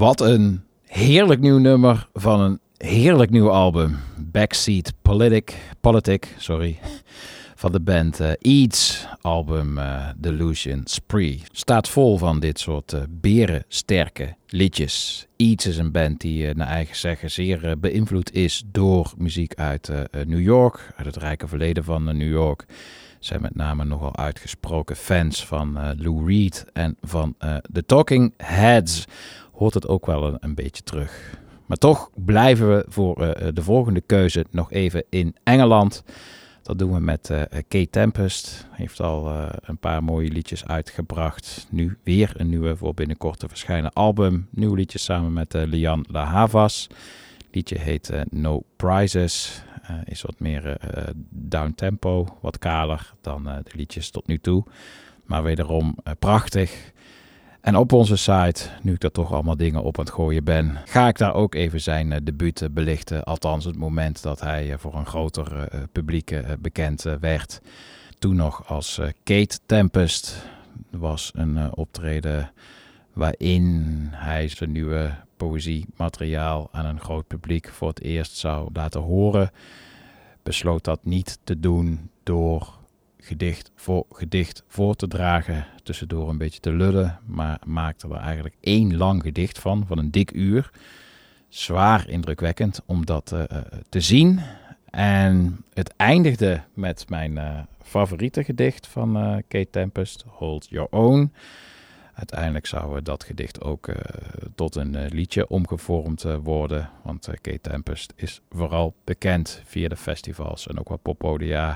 Wat een heerlijk nieuw nummer van een heerlijk nieuw album. Backseat Politic, van de band Eads. Album Delusion Spree. Staat vol van dit soort berensterke liedjes. Eads is een band die naar eigen zeggen zeer beïnvloed is door muziek uit New York. Uit het rijke verleden van New York. Zijn met name nogal uitgesproken fans van Lou Reed en van The Talking Heads. Hoort het ook wel een beetje terug. Maar toch blijven we voor de volgende keuze nog even in Engeland. Dat doen we met Kate Tempest. Heeft al een paar mooie liedjes uitgebracht. Nu weer een nieuwe voor binnenkort te verschijnen album. Nieuw liedje samen met Lian La Havas. Het liedje heet No Prizes. Is wat meer downtempo, wat kaler dan de liedjes tot nu toe. Maar wederom prachtig. En op onze site, nu ik er toch allemaal dingen op aan het gooien ben, ga ik daar ook even zijn debuut belichten. Althans het moment dat hij voor een groter publiek bekend werd. Toen nog als Kate Tempest. Was een optreden waarin hij zijn nieuwe poëziemateriaal aan een groot publiek voor het eerst zou laten horen. Besloot dat niet te doen door gedicht voor gedicht voor te dragen, tussendoor een beetje te lullen, maar maakte er eigenlijk 1 lang gedicht van een dik uur. Zwaar indrukwekkend om dat te zien. En het eindigde met mijn favoriete gedicht van Kate Tempest, Hold Your Own. Uiteindelijk zou dat gedicht ook tot een liedje omgevormd worden. Want Kate Tempest is vooral bekend via de festivals en ook wat poppodia.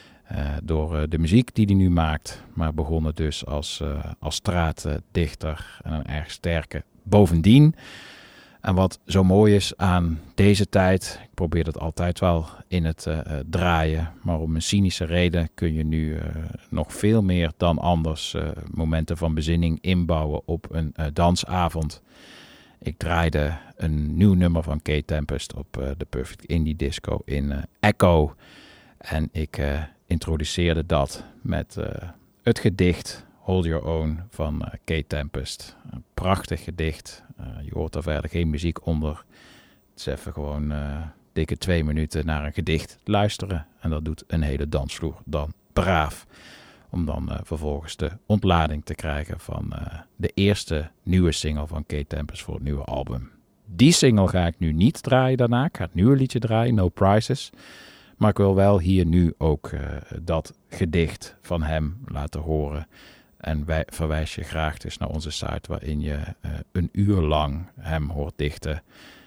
Door de muziek die hij nu maakt. Maar begonnen dus als straatdichter en een erg sterke bovendien. En wat zo mooi is aan deze tijd, ik probeer dat altijd wel in het draaien, maar om een cynische reden kun je nu nog veel meer dan anders momenten van bezinning inbouwen op een dansavond. Ik draaide een nieuw nummer van Kate Tempest op de Perfect Indie Disco in Echo. En ik introduceerde dat met het gedicht Hold Your Own van Kate Tempest. Een prachtig gedicht. Je hoort er verder geen muziek onder. Het is even gewoon dikke 2 minuten naar een gedicht luisteren. En dat doet een hele dansvloer dan braaf. Om dan vervolgens de ontlading te krijgen van de eerste nieuwe single van Kate Tempest voor het nieuwe album. Die single ga ik nu niet draaien daarna. Ik ga het nieuwe liedje draaien, No Prizes. Maar ik wil wel hier nu ook dat gedicht van hem laten horen. En verwijs je graag dus naar onze site waarin je 1 uur lang hem hoort dichten.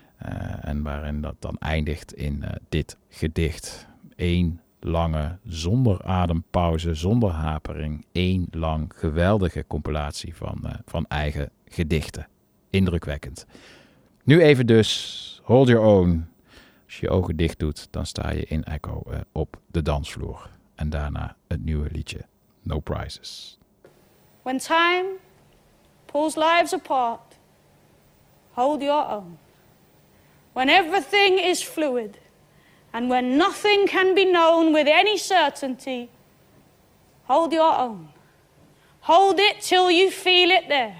En waarin dat dan eindigt in dit gedicht. 1 lange, zonder adempauze, zonder hapering. 1 lang geweldige compilatie van eigen gedichten. Indrukwekkend. Nu even dus Hold Your Own. Als je je ogen dicht doet, dan sta je in Echo op de dansvloer. En daarna het nieuwe liedje No Prizes. When time pulls lives apart, hold your own. When everything is fluid, and when nothing can be known with any certainty, hold your own. Hold it till you feel it there.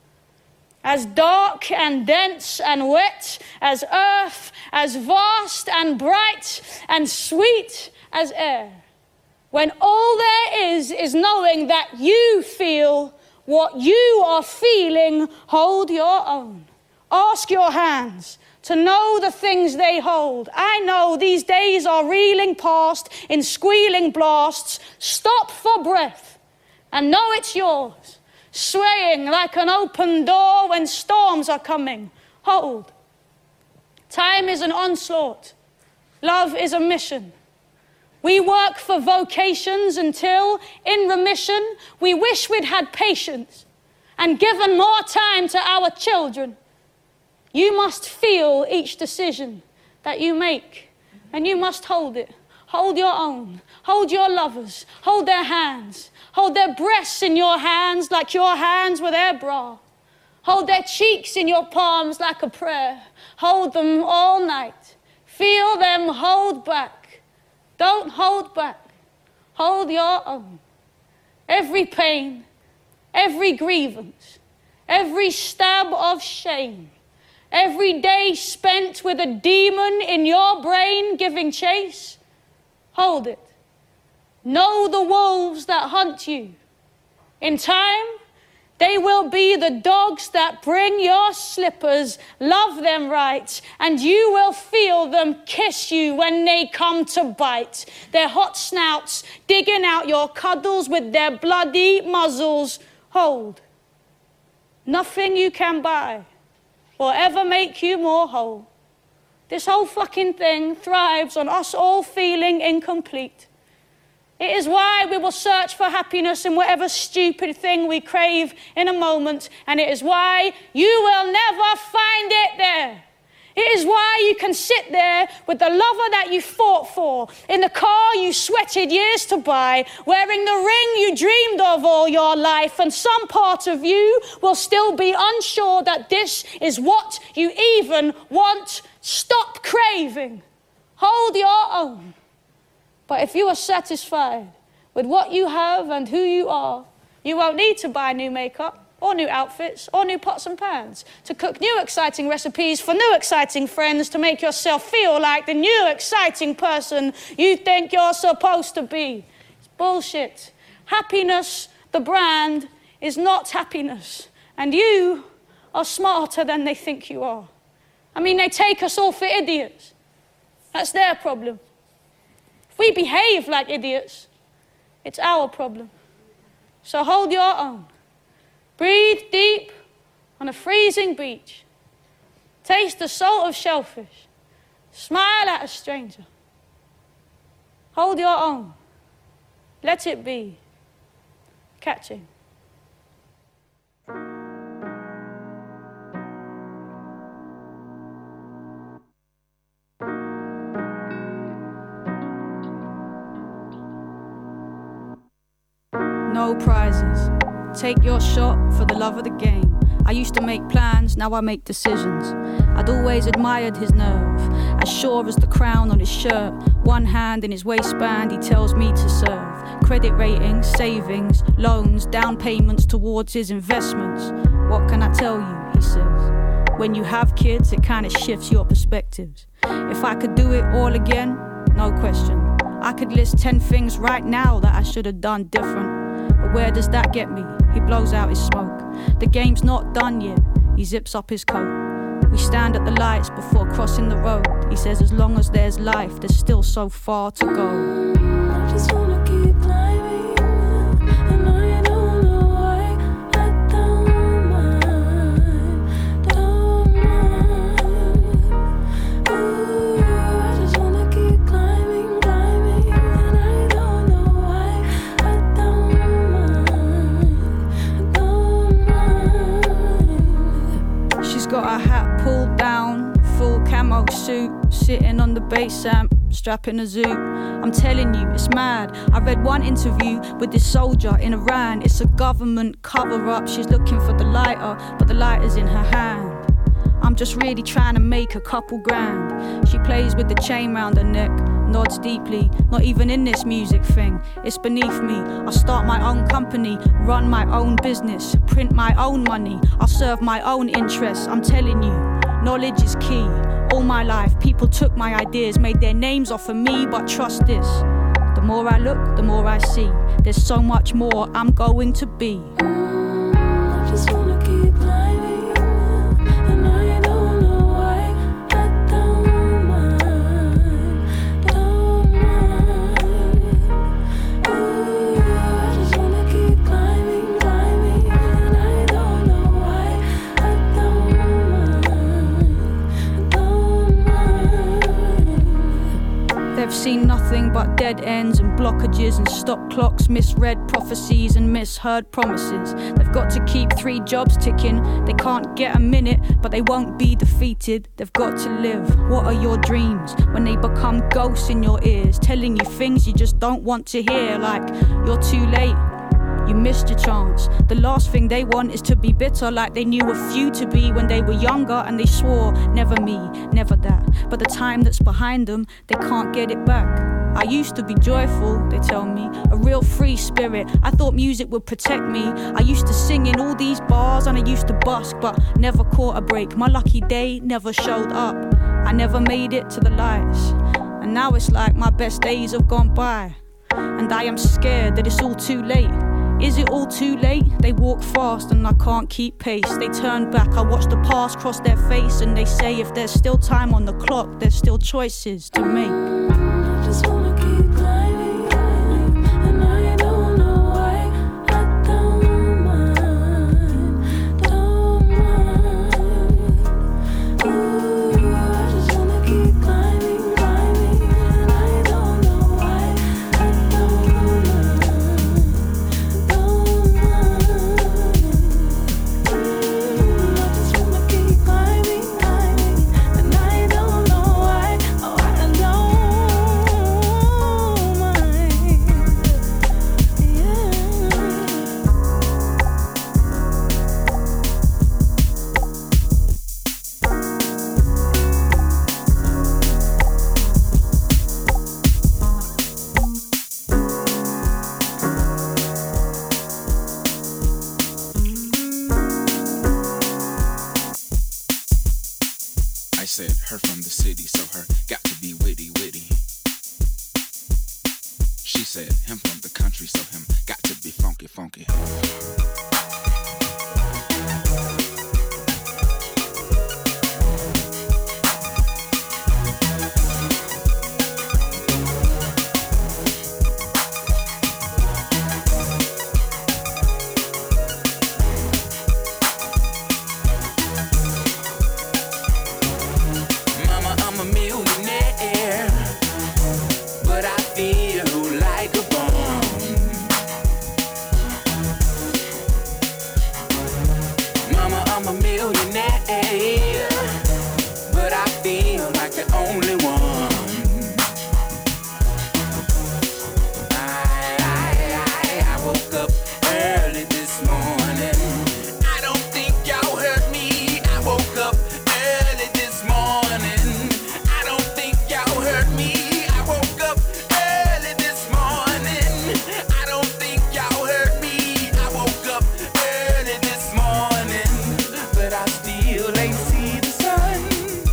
As dark and dense and wet as earth, as vast and bright and sweet as air. When all there is knowing that you feel what you are feeling, hold your own. Ask your hands to know the things they hold. I know these days are reeling past in squealing blasts. Stop for breath and know it's yours. Swaying like an open door when storms are coming. Hold. Time is an onslaught. Love is a mission. We work for vocations until, in remission, we wish we'd had patience and given more time to our children. You must feel each decision that you make, and you must hold it. Hold your own. Hold your lovers. Hold their hands. Hold their breasts in your hands like your hands were their bra. Hold their cheeks in your palms like a prayer. Hold them all night. Feel them hold back. Don't hold back. Hold your own. Every pain, every grievance, every stab of shame, Every day spent with a demon in your brain giving chase? Hold it. Know the wolves that hunt you. In time, they will be the dogs that bring your slippers, love them right, and you will feel them kiss you when they come to bite. Their hot snouts digging out your cuddles with their bloody muzzles. Hold. Nothing you can buy will ever make you more whole. This whole fucking thing thrives on us all feeling incomplete. It is why we will search for happiness in whatever stupid thing we crave in a moment, and it is why you will never find it there. It is why you can sit there with the lover that you fought for, in the car you sweated years to buy, wearing the ring you dreamed of all your life, and some part of you will still be unsure that this is what you even want. Stop craving. Hold your own. But if you are satisfied with what you have and who you are, you won't need to buy new makeup or new outfits or new pots and pans to cook new exciting recipes for new exciting friends to make yourself feel like the new exciting person you think you're supposed to be. It's bullshit. Happiness, the brand, is not happiness. And you are smarter than they think you are. I mean, they take us all for idiots. That's their problem. If we behave like idiots, it's our problem. So hold your own. Breathe deep on a freezing beach. Taste the salt of shellfish. Smile at a stranger. Hold your own. Let it be. Catching. No prizes. Take your shot for the love of the game. I used to make plans, now I make decisions. I'd always admired his nerve, as sure as the crown on his shirt. One hand in his waistband, he tells me to serve. Credit ratings, savings, loans, down payments towards his investments. What can I tell you, he says. When you have kids, it kind of shifts your perspectives. If I could do it all again, no question. I could list 10 things right now that I should have done different. But where does that get me? He blows out his smoke. The game's not done yet. He zips up his coat. We stand at the lights before crossing the road. He says as long as there's life, there's still so far to go. I just wanna keep climbing, and I don't know why. I don't mind, don't mind. Ooh, I just wanna keep climbing, climbing, and I don't know why. I don't mind, don't mind. She's got her hat pulled down, full camo suit, sitting on the bass amp, strapping a zoot. I'm telling you, it's mad. I read one interview with this soldier in Iran. It's a government cover-up. She's looking for the lighter, but the lighter's in her hand. I'm just really trying to make a couple grand. She plays with the chain round her neck, nods deeply. Not even in this music thing, it's beneath me. I'll start my own company, run my own business, print my own money. I'll serve my own interests. I'm telling you, knowledge is key. All my life, people took my ideas, made their names off of me, but trust this. The more I look, the more I see. There's so much more I'm going to be. I just wanna keep climbing, and I don't know why. I don't mind, don't mind. Ooh, I just wanna keep climbing, climbing, and I don't know why. I don't mind, don't mind. They've seen nothing but dead ends and blockages and stop clocks, misread prophecies and misheard promises. They've got to keep 3 jobs ticking. They can't get a minute, but they won't be defeated. They've got to live. What are your dreams when they become ghosts in your ears, telling you things you just don't want to hear, like you're too late, you missed your chance. The last thing they want is to be bitter, like they knew a few to be when they were younger and they swore, never me, never that. But the time that's behind them, they can't get it back. I used to be joyful, they tell me, a real free spirit. spirit. I thought music would protect me. I used to sing in all these bars and I used to busk, but never caught a break. My lucky day never showed up. I never made it to the lights. And now it's like my best days have gone by. And I am scared that it's all too late. Is it all too late? They walk fast and I can't keep pace. They turn back, I watch the past cross their face. And they say if there's still time on the clock, there's still choices to make. I just wanna keep climbing, climbing, and I don't know why. I don't mind, don't mind. Ooh, I just wanna keep climbing, climbing, and I don't know why. I don't mind, don't mind. Ooh, I just wanna keep climbing, climbing, and I don't know why. Oh, I don't mind. I said her from the city, so her got to be witty, witty. She said him from the country, so him got to be funky, funky. Mama, I'm a millionaire, but I feel like a bum. Mama, I'm a millionaire, but I feel like the only one. I woke up early this morning. I don't think y'all heard me. I woke up early this morning. I don't think y'all heard me. I woke up early this morning. I don't think y'all heard me. I woke up early this morning, but I still ain't see the sun.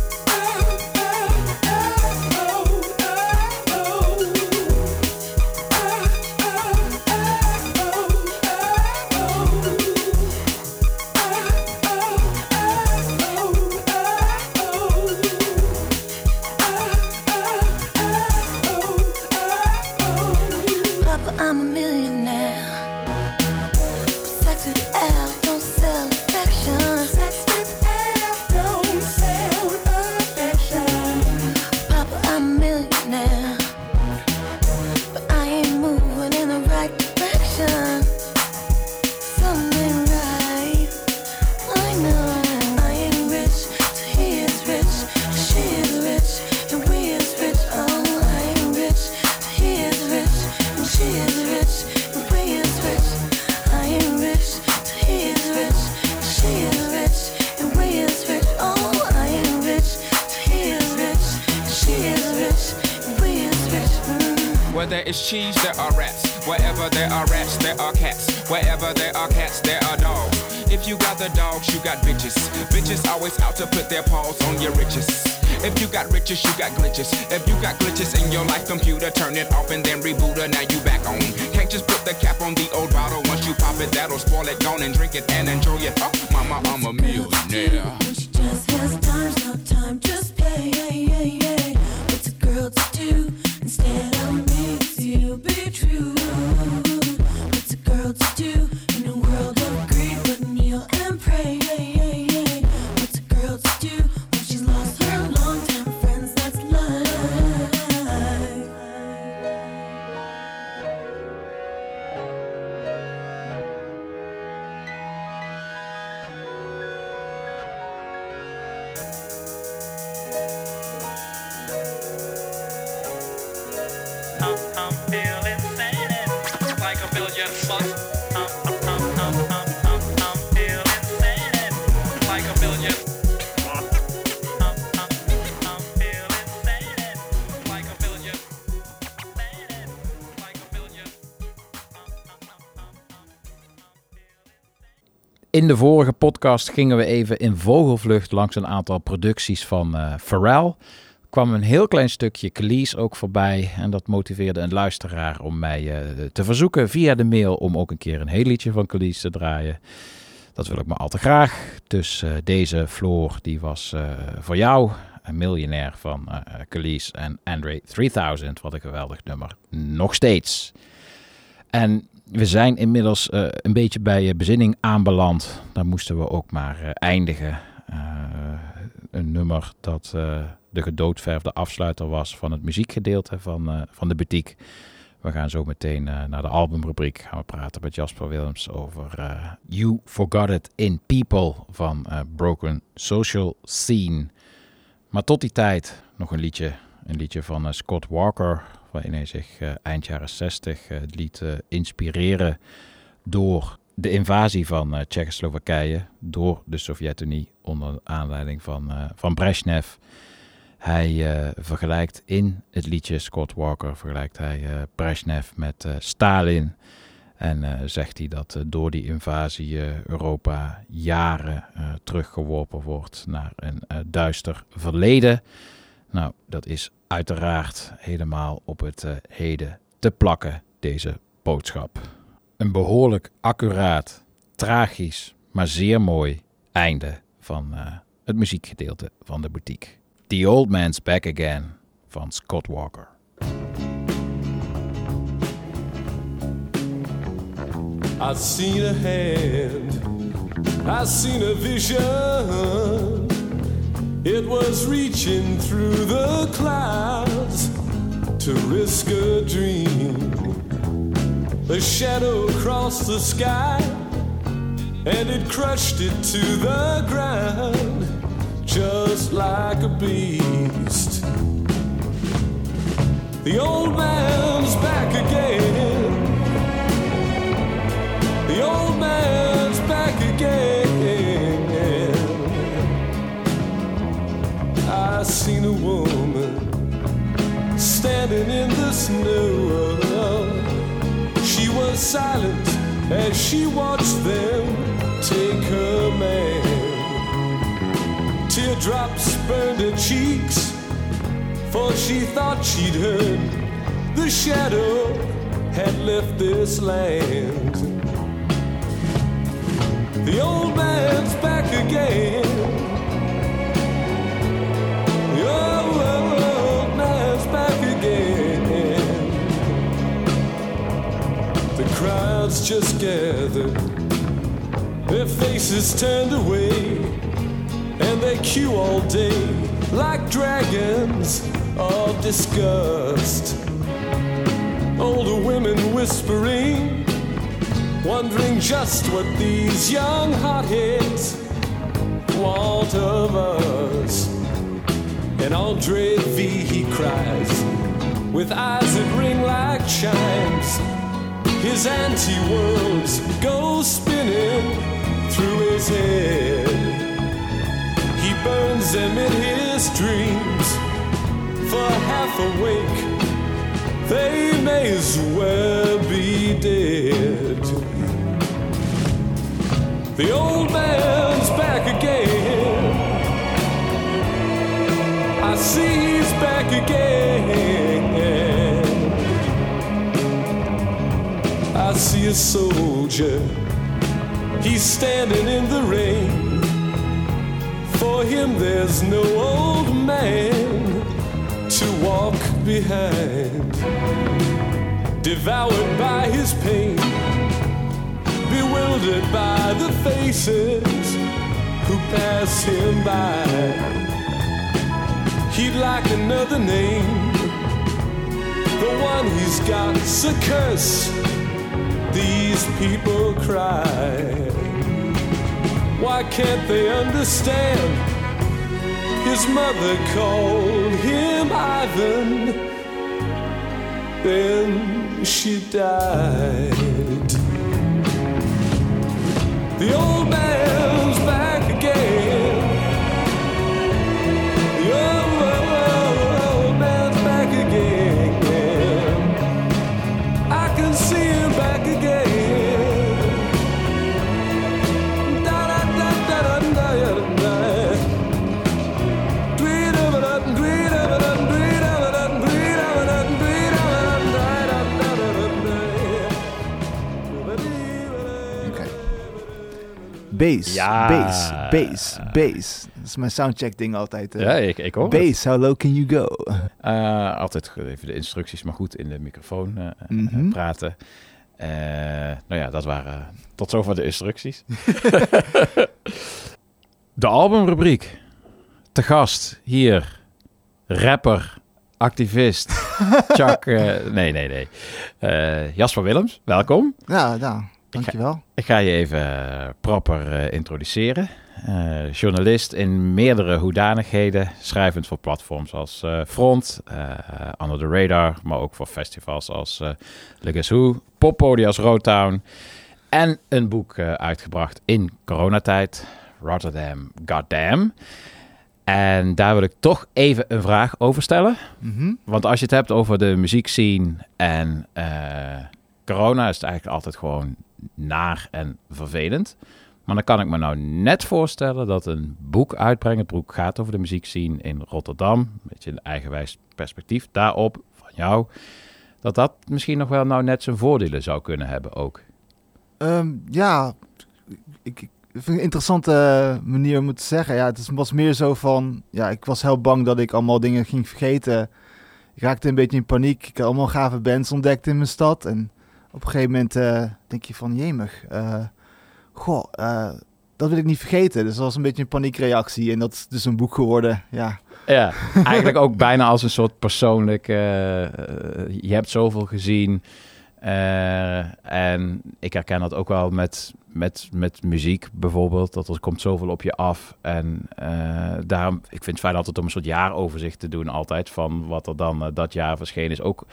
Papa, I'm a millionaire. Sex with L, don't sell affection. Sex with L, don't sell affection. Papa, I'm a millionaire, but I ain't moving in the right direction. Something right, I know. I ain't rich, so he is rich. She is rich, and we is rich. Oh, I ain't rich, so he is rich. And she is rich, and we is rich. I am rich, so he is rich. And she is rich, and we is rich. Oh, I am rich, so he is rich. And she is rich, and we is rich. Where there is cheese, there are rats. Wherever there are rats, there are cats. Wherever there are cats, there are dogs. If you got the dogs, you got bitches. Bitches always out to put their paws on your riches. If you got riches, you got glitches. If you got glitches in your life computer, turn it off and then reboot it. Now you back on. Can't just put the cap on the old bottle. Once you pop it, that'll spoil it. Gone and drink it and enjoy it. Oh, mama, I'm a millionaire. She just has times, no time, just play. What's a girl to do instead of me? To be true. What's a girl to do in a world of greed? But kneel and pray. What's a girl to do when she's lost her long-time friends? That's life. In de vorige podcast gingen we even in vogelvlucht langs een aantal producties van Pharrell. Er kwam een heel klein stukje Kelis ook voorbij en dat motiveerde een luisteraar om mij te verzoeken via de mail om ook een keer een heel liedje van Kelis te draaien. Dat wil ik maar al te graag. Dus deze Floor die was voor jou, een miljonair van Kelis en Andre 3000. Wat een geweldig nummer. Nog steeds. En we zijn inmiddels een beetje bij bezinning aanbeland. Daar moesten we ook maar eindigen. Een nummer dat de gedoodverfde afsluiter was van het muziekgedeelte van de boutique. We gaan zo meteen naar de albumrubriek gaan we praten met Jasper Willems over You Forgot It in People van Broken Social Scene. Maar tot die tijd nog een liedje van Scott Walker, waarin hij zich eind jaren 60 liet inspireren door de invasie van Tsjechoslowakije door de Sovjet-Unie onder aanleiding van Brezhnev. Hij vergelijkt in het liedje Scott Walker Brezhnev met Stalin. En zegt hij dat door die invasie Europa jaren teruggeworpen wordt naar een duister verleden. Nou, dat is uiteraard helemaal op het heden te plakken, deze boodschap. Een behoorlijk accuraat, tragisch, maar zeer mooi einde van het muziekgedeelte van de boutique. The Old Man's Back Again van Scott Walker. I've seen a hand, I've seen a vision. It was reaching through the clouds to risk a dream. A shadow crossed the sky and it crushed it to the ground just like a beast. The old man's back again. The old man's back again. I seen a woman standing in the snow. She was silent as she watched them take her man. Teardrops burned her cheeks, for she thought she'd heard the shadow had left this land. The old man's back again. The old man's back again. The crowds just gathered, their faces turned away, and they queue all day like dragons of disgust. Older women whispering, wondering just what these young hotheads want of us. And Andre V, he cries, with eyes that ring like chimes. His anti-worlds go spinning through his head. He burns them in his dreams, for half awake they may as well be dead. The old man's back again. I see he's back again. I see a soldier, he's standing in the rain. For him there's no old man to walk behind. Devoured by his pain, bewildered by the faces who pass him by. He'd like another name, the one he's got's a curse. These people cry. Why can't they understand? His mother called him Ivan, then she died. The old man's back again. The old man's back again. I can see him back again. Bass. Ja. Bass. Dat is mijn soundcheck ding altijd. Ja, ik hoor Bass, how low can you go? Altijd even de instructies maar goed in de microfoon Mhm. praten. Nou ja, dat waren tot zover de instructies. De albumrubriek. Te gast hier. Rapper, activist. Chuck. Nee. Jasper Willems, welkom. Ja, dankjewel. Ik ga je even proper introduceren. Journalist in meerdere hoedanigheden. Schrijvend voor platforms als Front, Under the Radar. Maar ook voor festivals als Le Guess poppodia als Roadtown. En een boek uitgebracht in coronatijd. Rotterdam Goddamn. En daar wil ik toch even een vraag over stellen. Mhm. Want als je het hebt over de muziekscene en corona... is het eigenlijk altijd gewoon naar en vervelend. Maar dan kan ik me nou net voorstellen dat een boek uitbrengen... het boek gaat over de muziekscene in Rotterdam... een beetje een eigenwijs perspectief daarop van jou... dat misschien nog wel nou net zijn voordelen zou kunnen hebben ook. Ja, ik vind het een interessante manier om het te zeggen. Ja, het was meer zo van... Ja, ik was heel bang dat ik allemaal dingen ging vergeten. Ik raakte een beetje in paniek. Ik had allemaal gave bands ontdekt in mijn stad. En op een gegeven moment denk je van... Jemig, dat wil ik niet vergeten. Dus dat was een beetje een paniekreactie. En dat is dus een boek geworden, ja. Ja, eigenlijk ook bijna als een soort persoonlijk... je hebt zoveel gezien... en ik herken dat ook wel met muziek bijvoorbeeld. Dat er komt zoveel op je af. En daarom, ik vind het fijn altijd om een soort jaaroverzicht te doen altijd. Van wat er dan dat jaar verschenen is. Ook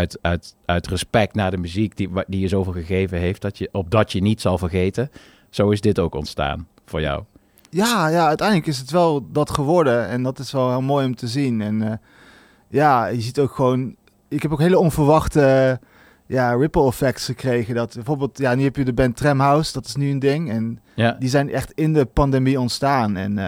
uit respect naar de muziek die je zoveel gegeven heeft. Opdat je niet zal vergeten. Zo is dit ook ontstaan voor jou. Ja, uiteindelijk is het wel dat geworden. En dat is wel heel mooi om te zien. En ja, je ziet ook gewoon... Ik heb ook hele onverwachte... ripple effects gekregen. Dat bijvoorbeeld, nu heb je de band Tramhouse, dat is nu een ding. En die zijn echt in de pandemie ontstaan. En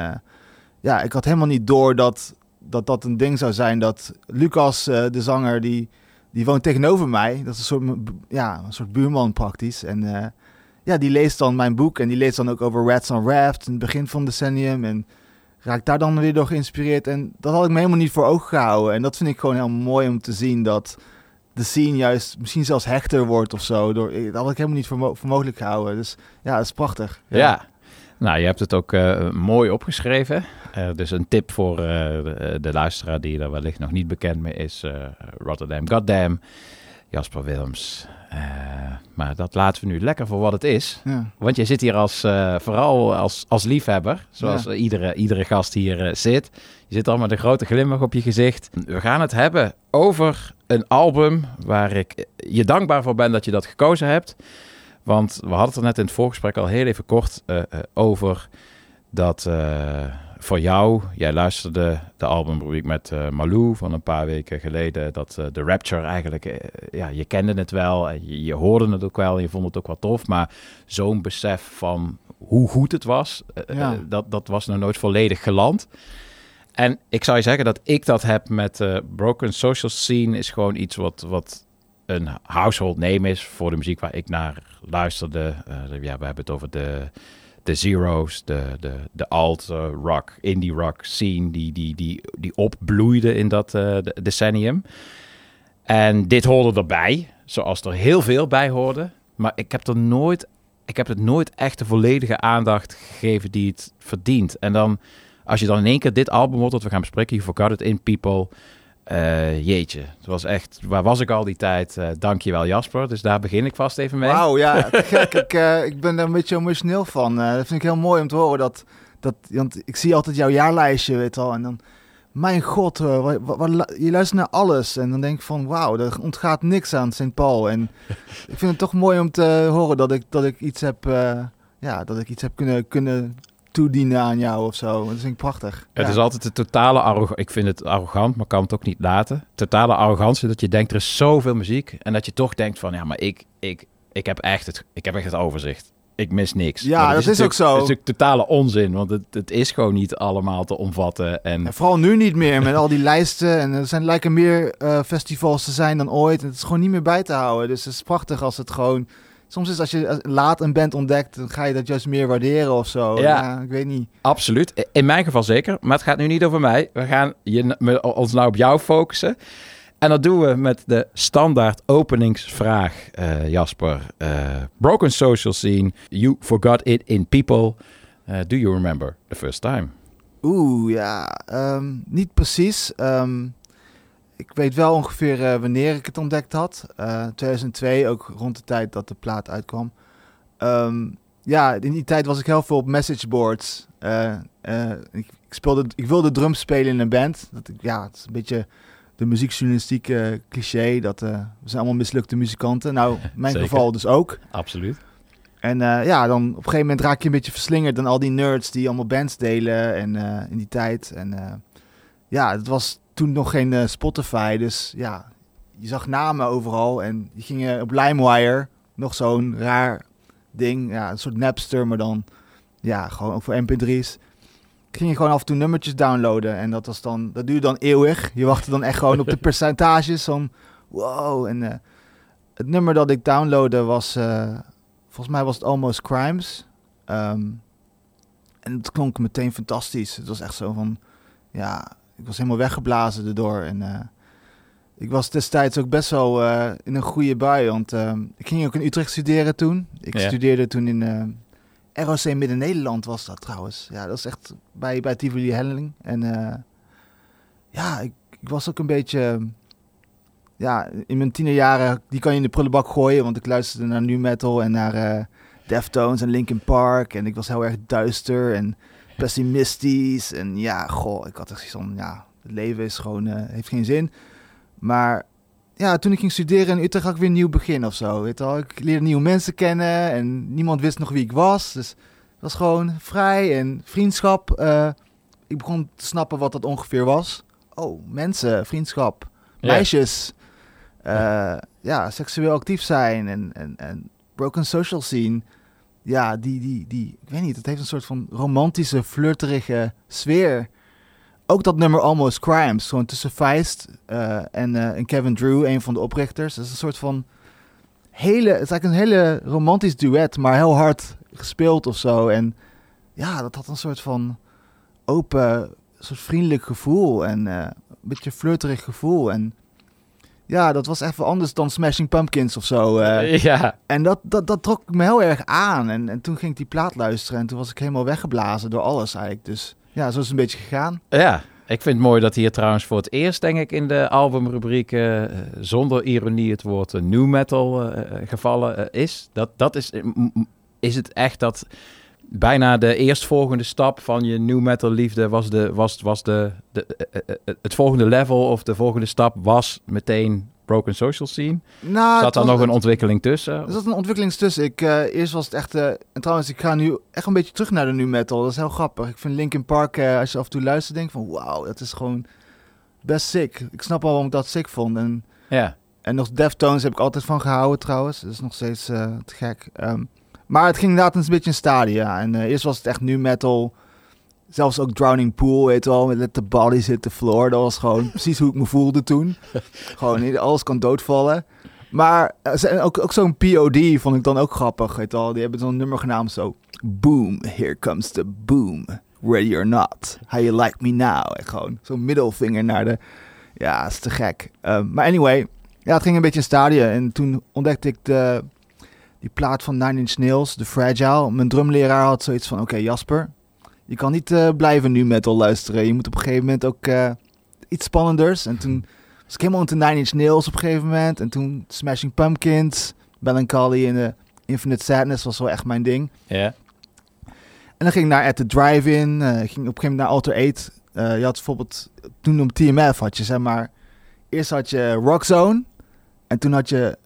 ik had helemaal niet door dat een ding zou zijn. Dat Lucas, de zanger, die woont tegenover mij. Dat is een soort buurman praktisch. En die leest dan mijn boek. En die leest dan ook over Rats on Raft, in het begin van het decennium. En raakt daar dan weer door geïnspireerd. En dat had ik me helemaal niet voor ogen gehouden. En dat vind ik gewoon heel mooi om te zien dat... de scene juist misschien zelfs hechter wordt of zo. Dat had ik helemaal niet voor mogelijk gehouden. Dus ja, dat is prachtig. Ja. Nou, je hebt het ook mooi opgeschreven. Dus een tip voor de luisteraar die er wellicht nog niet bekend mee is. Rotterdam Goddamn, Jasper Willems. Maar dat laten we nu lekker voor wat het is. Ja. Want je zit hier vooral als liefhebber. Zoals iedere gast hier zit. Je zit al met een grote glimlach op je gezicht. We gaan het hebben over een album waar ik je dankbaar voor ben dat je dat gekozen hebt. Want we hadden het er net in het voorgesprek al heel even kort over dat voor jou, jij luisterde de albumrubriek met Malou van een paar weken geleden, dat The Rapture eigenlijk, je kende het wel, je hoorde het ook wel en je vond het ook wel tof, maar zo'n besef van hoe goed het was, dat was nog nooit volledig geland. En ik zou je zeggen dat ik dat heb met Broken Social Scene is gewoon iets wat een household name is voor de muziek waar ik naar luisterde. We hebben het over de Zero's, de alt rock, indie rock scene die opbloeide in dat decennium. En dit hoorde erbij, zoals er heel veel bij hoorde. Maar ik heb het nooit echt de volledige aandacht gegeven die het verdient. En dan, als je dan in één keer dit album hoort dat we gaan bespreken, You Forgot It in People... jeetje, het was echt... Waar was ik al die tijd? Dankjewel Jasper. Dus daar begin ik vast even mee. Wauw, ja. Gek, ik ben daar een beetje emotioneel van. Dat vind ik heel mooi om te horen. Want ik zie altijd jouw jaarlijstje, weet je wel. En dan, mijn god, je luistert naar alles. En dan denk ik van, wauw, er ontgaat niks aan St. Paul. En ik vind het toch mooi om te horen dat ik iets heb... dat ik iets heb kunnen toedienen aan jou of zo. Dat vind ik prachtig. Het is altijd de totale arrogantie. Ik vind het arrogant, maar kan het ook niet laten. Totale arrogantie dat je denkt, er is zoveel muziek. En dat je toch denkt van, ja, maar ik heb echt het overzicht. Ik mis niks. Ja, dat is ook zo. Dat is natuurlijk totale onzin, want het is gewoon niet allemaal te omvatten. En vooral nu niet meer, met al die lijsten. En er lijken meer festivals te zijn dan ooit. En het is gewoon niet meer bij te houden. Dus het is prachtig als het gewoon soms is als je laat een band ontdekt, dan ga je dat juist meer waarderen of zo. Ja, ik weet niet. Absoluut. In mijn geval zeker. Maar het gaat nu niet over mij. We gaan ons nou op jou focussen. En dat doen we met de standaard openingsvraag, Jasper. Broken social scene. You forgot it in people. Do you remember the first time? Oeh, ja. Niet precies. Ik weet wel ongeveer wanneer ik het ontdekt had. 2002, ook rond de tijd dat de plaat uitkwam. Ja, in die tijd was ik heel veel op messageboards. Ik wilde drums spelen in een band. Het is een beetje de muziekjournalistiek cliché. Dat we zijn allemaal mislukte muzikanten. Nou, in mijn geval dus ook. Absoluut. En dan op een gegeven moment raak je een beetje verslingerd aan al die nerds die allemaal bands delen en in die tijd. En het was toen nog geen Spotify, dus ja, je zag namen overal en je ging op LimeWire, nog zo'n raar ding, ja, een soort Napster, maar dan ja, gewoon ook voor mp3's. Ging je gewoon af en toe nummertjes downloaden en dat duurde dan eeuwig. Je wachtte dan echt gewoon op de percentages van wow. En het nummer dat ik downloadde was, volgens mij was het Almost Crimes. En het klonk meteen fantastisch. Het was echt zo van, ja, ik was helemaal weggeblazen erdoor. En ik was destijds ook best wel in een goede bui, want ik ging ook in Utrecht studeren toen. Ik studeerde toen in ROC Midden-Nederland was dat trouwens. Ja, dat is echt bij Tivoli Helling. En ik was ook een beetje, ja, in mijn tienerjaren, die kan je in de prullenbak gooien, want ik luisterde naar nu metal en naar Deftones en Linkin Park. En ik was heel erg duister en pessimistisch. En ja, ik had echt zoiets van, ja, het leven is gewoon, heeft geen zin. Maar ja, toen ik ging studeren in Utrecht had ik weer een nieuw begin of zo. Weet je wel? Ik leerde nieuwe mensen kennen en niemand wist nog wie ik was. Dus het was gewoon vrij en vriendschap. Ik begon te snappen wat dat ongeveer was. Oh, mensen, vriendschap, meisjes. Seksueel actief zijn en broken social scene. Ja, die, ik weet niet, het heeft een soort van romantische, flirterige sfeer. Ook dat nummer Almost Crimes, gewoon tussen Feist en Kevin Drew, een van de oprichters. Dat is een soort van het is eigenlijk een hele romantisch duet, maar heel hard gespeeld of zo. En ja, dat had een soort van open, soort vriendelijk gevoel en een beetje flirterig gevoel. En ja, dat was even anders dan Smashing Pumpkins of zo. En dat trok me heel erg aan. En toen ging ik die plaat luisteren en toen was ik helemaal weggeblazen door alles eigenlijk. Dus ja, zo is het een beetje gegaan. Ja, ik vind het mooi dat hier trouwens voor het eerst, denk ik, in de albumrubriek zonder ironie het woord new metal gevallen is. Dat is het echt dat bijna de eerstvolgende stap van je new metal liefde was het volgende level of de volgende stap was meteen broken social scene? Nou, zat daar nog een ontwikkeling tussen? Er zat een ontwikkeling tussen. Eerst was het echt... en trouwens, ik ga nu echt een beetje terug naar de nu metal. Dat is heel grappig. Ik vind Linkin Park, als je af en toe luistert, denk van wauw, dat is gewoon best sick. Ik snap al waarom ik dat sick vond. En nog Deftones heb ik altijd van gehouden trouwens. Dat is nog steeds te gek. Maar het ging inderdaad een beetje in stadia. En eerst was het echt nu metal. Zelfs ook Drowning Pool, weet je wel, met Let the Bodies Hit the Floor. Dat was gewoon precies hoe ik me voelde toen. Gewoon, alles kan doodvallen. Maar ook zo'n POD vond ik dan ook grappig, weet je wel. Die hebben zo'n nummer genaamd zo. Boom, here comes the boom. Ready or not. How you like me now. En gewoon zo'n middelvinger naar de... Ja, is te gek. Maar anyway, ja, het ging een beetje in stadia. En toen ontdekte ik die plaat van Nine Inch Nails, The Fragile. Mijn drumleraar had zoiets van, oké, Jasper, je kan niet blijven nu metal luisteren. Je moet op een gegeven moment ook iets spannenders. En toen was ik helemaal into Nine Inch Nails op een gegeven moment. En toen Smashing Pumpkins, Melancholy en Infinite Sadness was wel echt mijn ding. Ja. En dan ging ik naar At The Drive-In. Ging op een gegeven moment naar Alter 8. Je had bijvoorbeeld, toen op TMF had je, zeg maar, eerst had je Rockzone. En toen had je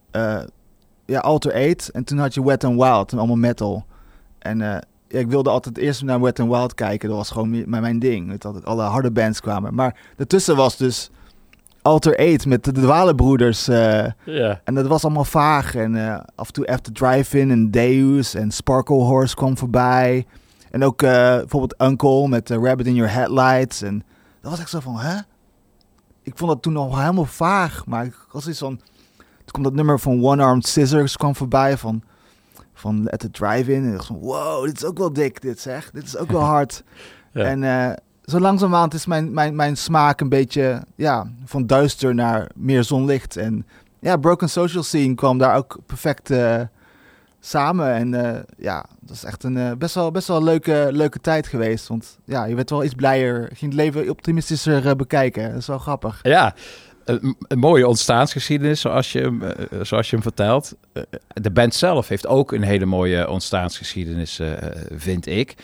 Alter 8. En toen had je Wet n Wild en allemaal metal. En ik wilde altijd eerst naar Wet n Wild kijken. Dat was gewoon mijn ding. Weet dat alle harde bands kwamen. Maar daartussen was dus Alter 8 met de Dwalenbroeders. En dat was allemaal vaag. En af en toe After Drive-In en Deus en Sparkle Horse kwam voorbij. En ook bijvoorbeeld Uncle met Rabbit in Your Headlights. En dat was echt zo van, hè? Ik vond dat toen nog helemaal vaag. Maar ik was iets van... Toen kwam dat nummer van One Armed Scissors kwam voorbij van... van Let It Drive In. En ik dacht van, wow, dit is ook wel dik, dit zeg. Dit is ook wel hard. Ja. En zo langzamerhand is mijn smaak een beetje van duister naar meer zonlicht. En Broken Social Scene kwam daar ook perfect samen. En dat is echt een best wel leuke tijd geweest. Want je werd wel iets blijer, ging het leven optimistischer bekijken. Dat is wel grappig. Ja, een mooie ontstaansgeschiedenis zoals je hem vertelt. De band zelf heeft ook een hele mooie ontstaansgeschiedenis, vind ik.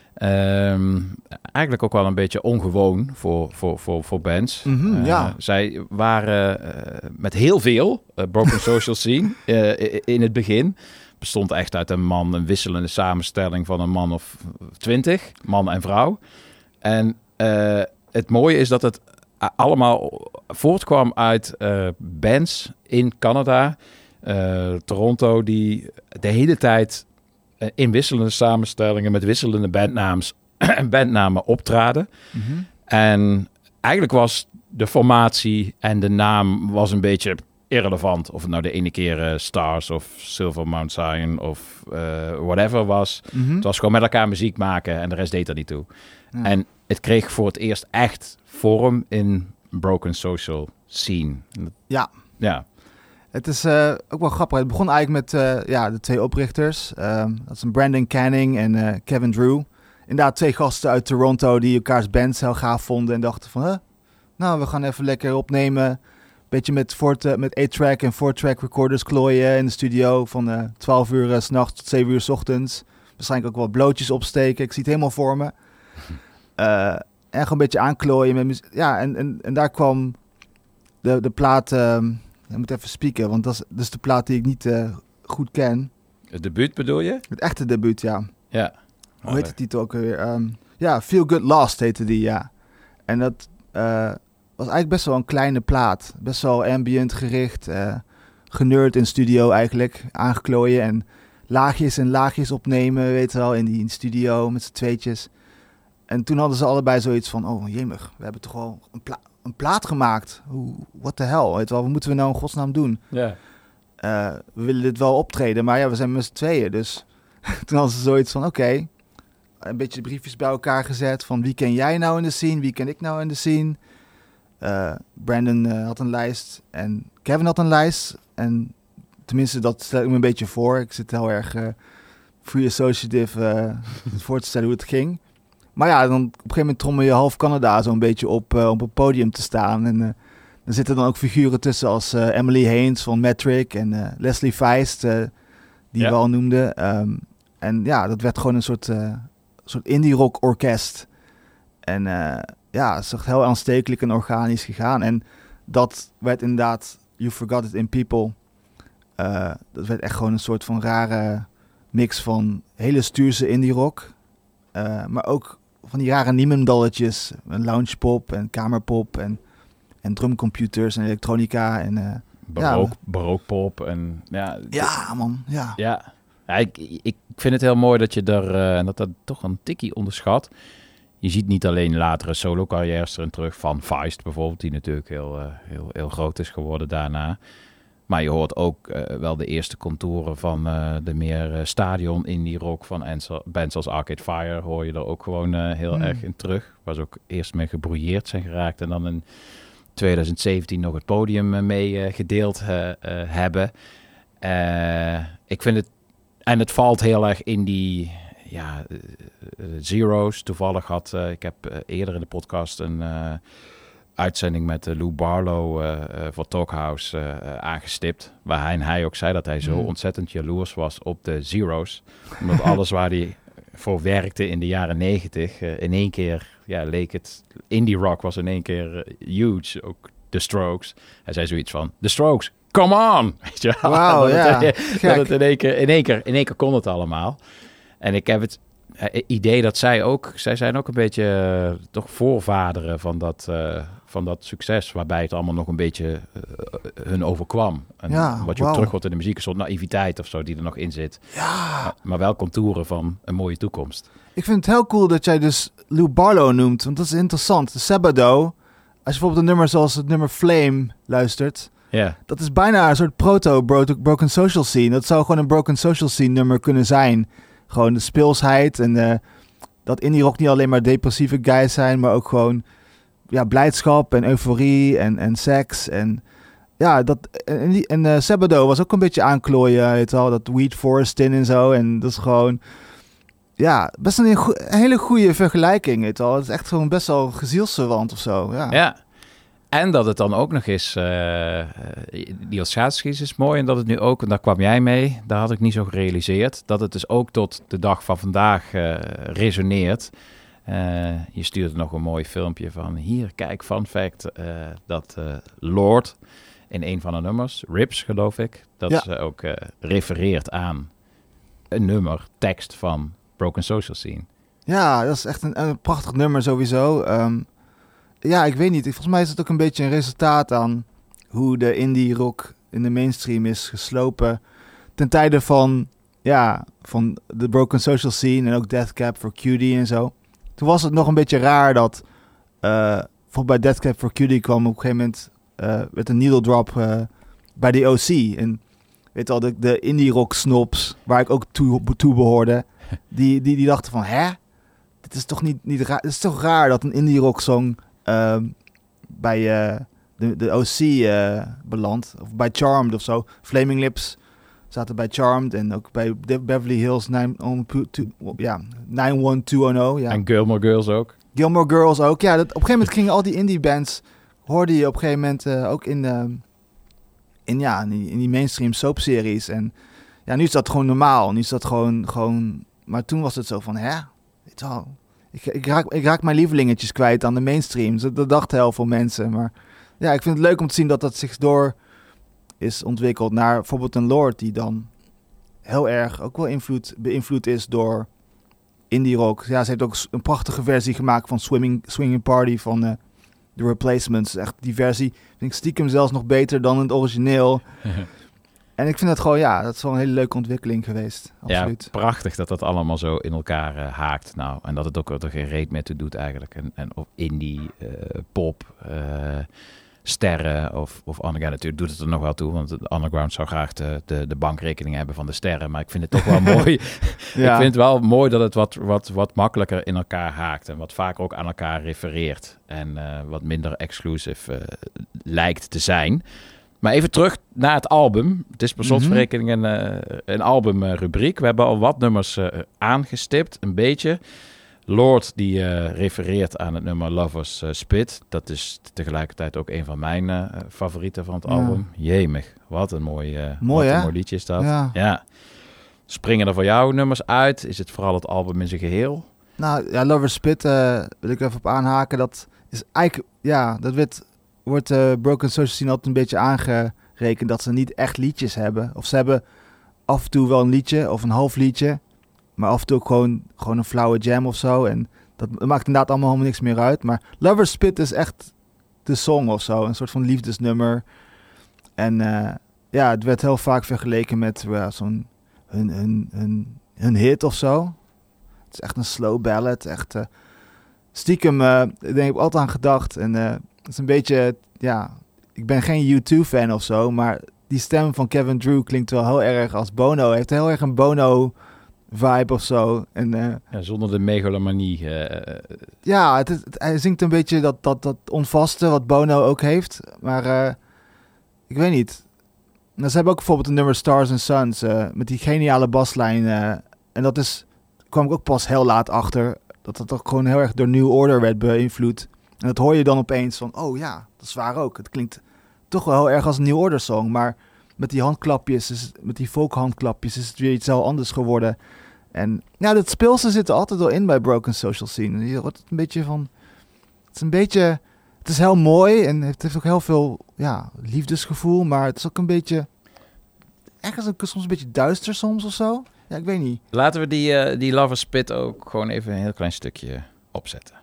Eigenlijk ook wel een beetje ongewoon voor bands. Zij waren met heel veel Broken Social Scene in het begin. Bestond echt uit een wisselende samenstelling van een man of 20, man en vrouw. En het mooie is dat het allemaal voortkwam uit bands in Canada, Toronto, die de hele tijd in wisselende samenstellingen met wisselende bandnamen optraden. Mm-hmm. En eigenlijk was de formatie en de naam was een beetje irrelevant. Of het nou de ene keer Stars of Silver Mount Zion of whatever was. Mm-hmm. Het was gewoon met elkaar muziek maken en de rest deed er niet toe. Ja. En het kreeg voor het eerst echt vorm in Broken Social Scene. Ja. Ja. Het is ook wel grappig. Het begon eigenlijk met de twee oprichters. Dat zijn Brandon Canning en Kevin Drew. Inderdaad, twee gasten uit Toronto die elkaars bands heel gaaf vonden. En dachten van, we gaan even lekker opnemen. Beetje met 8-track en 4-track recorders klooien in de studio. Van 12 uur 's nachts tot 7 uur 's ochtends. Waarschijnlijk ook wel blootjes opsteken. Ik zie het helemaal voor me. En gewoon een beetje aanklooien met muziek. Ja, en daar kwam de plaat... ik moet even spieken, want dat is de plaat die ik niet goed ken. Het debuut bedoel je? Het echte debuut, ja. Ja. Hoe heet de titel ook weer? Feel Good Lost heette die, ja. En dat was eigenlijk best wel een kleine plaat. Best wel ambient gericht. Generd in studio eigenlijk. Aangeklooien en laagjes opnemen, weet je wel. In die studio met z'n tweetjes. En toen hadden ze allebei zoiets van... Oh, jemig, we hebben toch wel een plaat gemaakt. What the hell? Weet je wel, wat moeten we nou in godsnaam doen? Ja. We willen dit wel optreden, maar we zijn met z'n tweeën. Dus toen hadden ze zoiets van, oké. Een beetje briefjes bij elkaar gezet van wie ken jij nou in de scene? Wie ken ik nou in de scene? Brandon had een lijst en Kevin had een lijst. En tenminste, dat stel ik me een beetje voor. Ik zit heel erg free associative voor te stellen hoe het ging. Maar ja, dan op een gegeven moment trommel je half Canada zo'n beetje op een podium te staan. En er zitten dan ook figuren tussen als Emily Haynes van Metric en Leslie Feist, die we al noemden. En ja, dat werd gewoon een soort indie rock orkest. En het is echt heel aanstekelijk en organisch gegaan. En dat werd inderdaad You Forgot It in People. Dat werd echt gewoon een soort van rare mix van hele stuurse indie rock. Maar ook van die rare niemendalletjes. Loungepop en kamerpop en drumcomputers en elektronica. En, barookpop. En, ja, man. Ja. Ja, ik vind het heel mooi dat je dat toch een tikkie onderschat. Je ziet niet alleen latere solo-carrières erin terug van Feist bijvoorbeeld, die natuurlijk heel groot is geworden daarna. Maar je hoort ook wel de eerste contouren van de meer stadion indie rock van bands als Arcade Fire hoor je er ook gewoon heel erg in terug. Waar ze ook eerst mee gebrouilleerd zijn geraakt en dan in 2017 nog het podium mee gedeeld hebben. Ik vind het, en het valt heel erg in die Zeros. Toevallig ik heb eerder in de podcast een uitzending met Lou Barlow voor Talkhouse aangestipt. Waar hij ook zei dat hij zo ontzettend jaloers was op de Zeros. Omdat alles waar hij voor werkte in de jaren 90 in één keer leek het... Indie rock was in één keer huge. Ook The Strokes. Hij zei zoiets van, The Strokes, come on! Wauw, ja. Dat het in één keer kon het allemaal. En ik heb het idee dat zij zijn ook een beetje toch voorvaderen van dat succes, waarbij het allemaal nog een beetje hun overkwam. En wat je ook terug hoort in de muziek, een soort naïviteit of zo die er nog in zit. Ja. Maar wel contouren van een mooie toekomst. Ik vind het heel cool dat jij dus Lou Barlow noemt, want dat is interessant. De Sabado, als je bijvoorbeeld een nummer zoals het nummer Flame luistert, Ja. Dat is bijna een soort proto-Broken Social Scene. Dat zou gewoon een Broken Social Scene nummer kunnen zijn. Gewoon de speelsheid en dat indie rock niet alleen maar depressieve guys zijn, maar ook gewoon blijdschap en euforie en seks. En ja, Sabado was ook een beetje aanklooien, weet je wel, dat Weed Forest in en zo. En dat is gewoon, best een hele goede vergelijking, weet je wel. Het is echt gewoon best wel gezielsverwant of zo, Ja. En dat het dan ook nog eens, die Osschaatskies is mooi. En dat het nu ook, en daar kwam jij mee, daar had ik niet zo gerealiseerd. Dat het dus ook tot de dag van vandaag resoneert. Je stuurde nog een mooi filmpje van, hier, kijk, fun fact, dat Lord in een van de nummers, Rips geloof ik, dat ze ook refereert aan een nummer, tekst van Broken Social Scene. Ja, dat is echt een prachtig nummer sowieso. Ik weet niet. Volgens mij is het ook een beetje een resultaat aan hoe de indie rock in de mainstream is geslopen ten tijde van de Broken Social Scene en ook Death Cab for Cutie en zo. Toen was het nog een beetje raar dat bijvoorbeeld bij Death Cab for Cutie kwam op een gegeven moment met een needle drop bij de OC. En weet je wel, de indie rock snobs, waar ik ook toe behoorde, die dachten van, dit is toch niet raar. Het is toch raar dat een indie rock song bij de OC belandt. Of bij Charmed of zo. Flaming Lips zaten bij Charmed. En ook bij Beverly Hills 91210. Ja. En Gilmore Girls ook. Gilmore Girls ook. Ja, op een gegeven moment gingen al die indie bands, hoorde je op een gegeven moment ook in die mainstream soapseries. En ja, nu is dat gewoon normaal. Nu is dat gewoon maar toen was het zo van, weet je wel, ik raak mijn lievelingetjes kwijt aan de mainstream. Dat dachten heel veel mensen. Maar ja, ik vind het leuk om te zien dat dat zich door is ontwikkeld naar bijvoorbeeld een Lord die dan heel erg ook wel beïnvloed is door indie rock. Ja, ze heeft ook een prachtige versie gemaakt van Swinging Party van The Replacements. Echt, die versie vind ik stiekem zelfs nog beter dan het origineel. En ik vind het gewoon, dat is wel een hele leuke ontwikkeling geweest. Absoluut. Ja, prachtig dat dat allemaal zo in elkaar haakt. Nou, en dat het ook er geen reet meer toe doet eigenlijk. En of indie, pop, sterren of underground. Natuurlijk doet het er nog wel toe, want de underground zou graag de bankrekening hebben van de sterren. Maar ik vind het toch wel mooi. Ik vind het wel mooi dat het wat makkelijker in elkaar haakt. En wat vaker ook aan elkaar refereert. En wat minder exclusive lijkt te zijn. Maar even terug naar het album. Het is per slotverrekening een albumrubriek. We hebben al wat nummers aangestipt, een beetje. Lord die refereert aan het nummer Lovers Spit. Dat is tegelijkertijd ook een van mijn favorieten van het album. Jemig, wat een mooi liedje is dat. Ja. Springen er voor jou nummers uit? Is het vooral het album in zijn geheel? Nou ja, Lovers Spit wil ik even op aanhaken. Dat is eigenlijk, wordt Broken Social Scene altijd een beetje aangerekend dat ze niet echt liedjes hebben. Of ze hebben af en toe wel een liedje of een half liedje, maar af en toe ook gewoon een flauwe jam of zo. En dat maakt inderdaad allemaal helemaal niks meer uit. Maar Lovers Spit is echt de song of zo, een soort van liefdesnummer. En het werd heel vaak vergeleken met zo'n hun hit of zo. Het is echt een slow ballad, echt stiekem, denk ik altijd aan gedacht. En het is een beetje, ik ben geen U2-fan of zo, maar die stem van Kevin Drew klinkt wel heel erg als Bono. Hij heeft heel erg een Bono-vibe of zo. En, zonder de megalomanie. Hij zingt een beetje dat onvaste wat Bono ook heeft. Maar ik weet niet. Nou, ze hebben ook bijvoorbeeld een nummer Stars and Suns met die geniale baslijn. En kwam ik ook pas heel laat achter. Dat ook gewoon heel erg door New Order werd beïnvloed. En dat hoor je dan opeens van, oh ja, dat is waar ook. Het klinkt toch wel heel erg als een New Order song. Maar met die handklapjes, met die folkhandklapjes is het weer iets heel anders geworden. En ja, dat speelse zit er altijd wel in bij Broken Social Scene. Je wordt een beetje van, het is heel mooi en het heeft ook heel veel liefdesgevoel. Maar het is ook een beetje, ergens ook soms een beetje duister soms of zo. Ja, ik weet niet. Laten we die Lovers Spit ook gewoon even een heel klein stukje opzetten.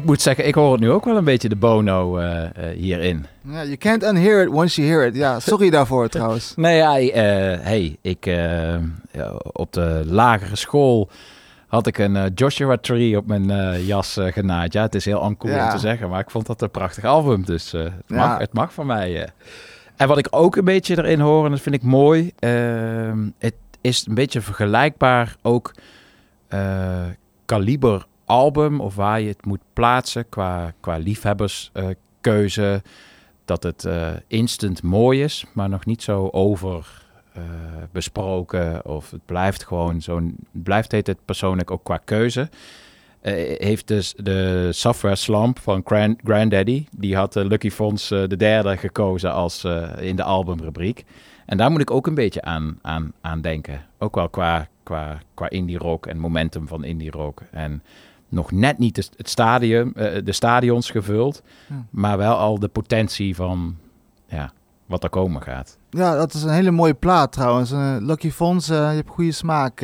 ik moet zeggen, ik hoor het nu ook wel een beetje de Bono hierin. Ja, you can't unhear it once you hear it. Ja, sorry daarvoor trouwens. Nee, ja, op de lagere school had ik een Joshua Tree op mijn jas genaaid. Ja, het is heel uncool om te zeggen, maar ik vond dat een prachtig album. Dus het mag van mij. En wat ik ook een beetje erin hoor, en dat vind ik mooi, het is een beetje vergelijkbaar ook kaliber album, of waar je het moet plaatsen qua liefhebberskeuze, dat het instant mooi is, maar nog niet zo over besproken, of het blijft gewoon blijft het persoonlijk ook qua keuze. Heeft dus de Software Slump van Grandaddy, die had Lucky Fonz de derde gekozen als in de albumrubriek. En daar moet ik ook een beetje aan denken. Ook wel qua indie rock en momentum van indie rock. En nog net niet de stadions gevuld, maar wel al de potentie van wat er komen gaat. Ja, dat is een hele mooie plaat trouwens. Lucky Fonz, je hebt goede smaak.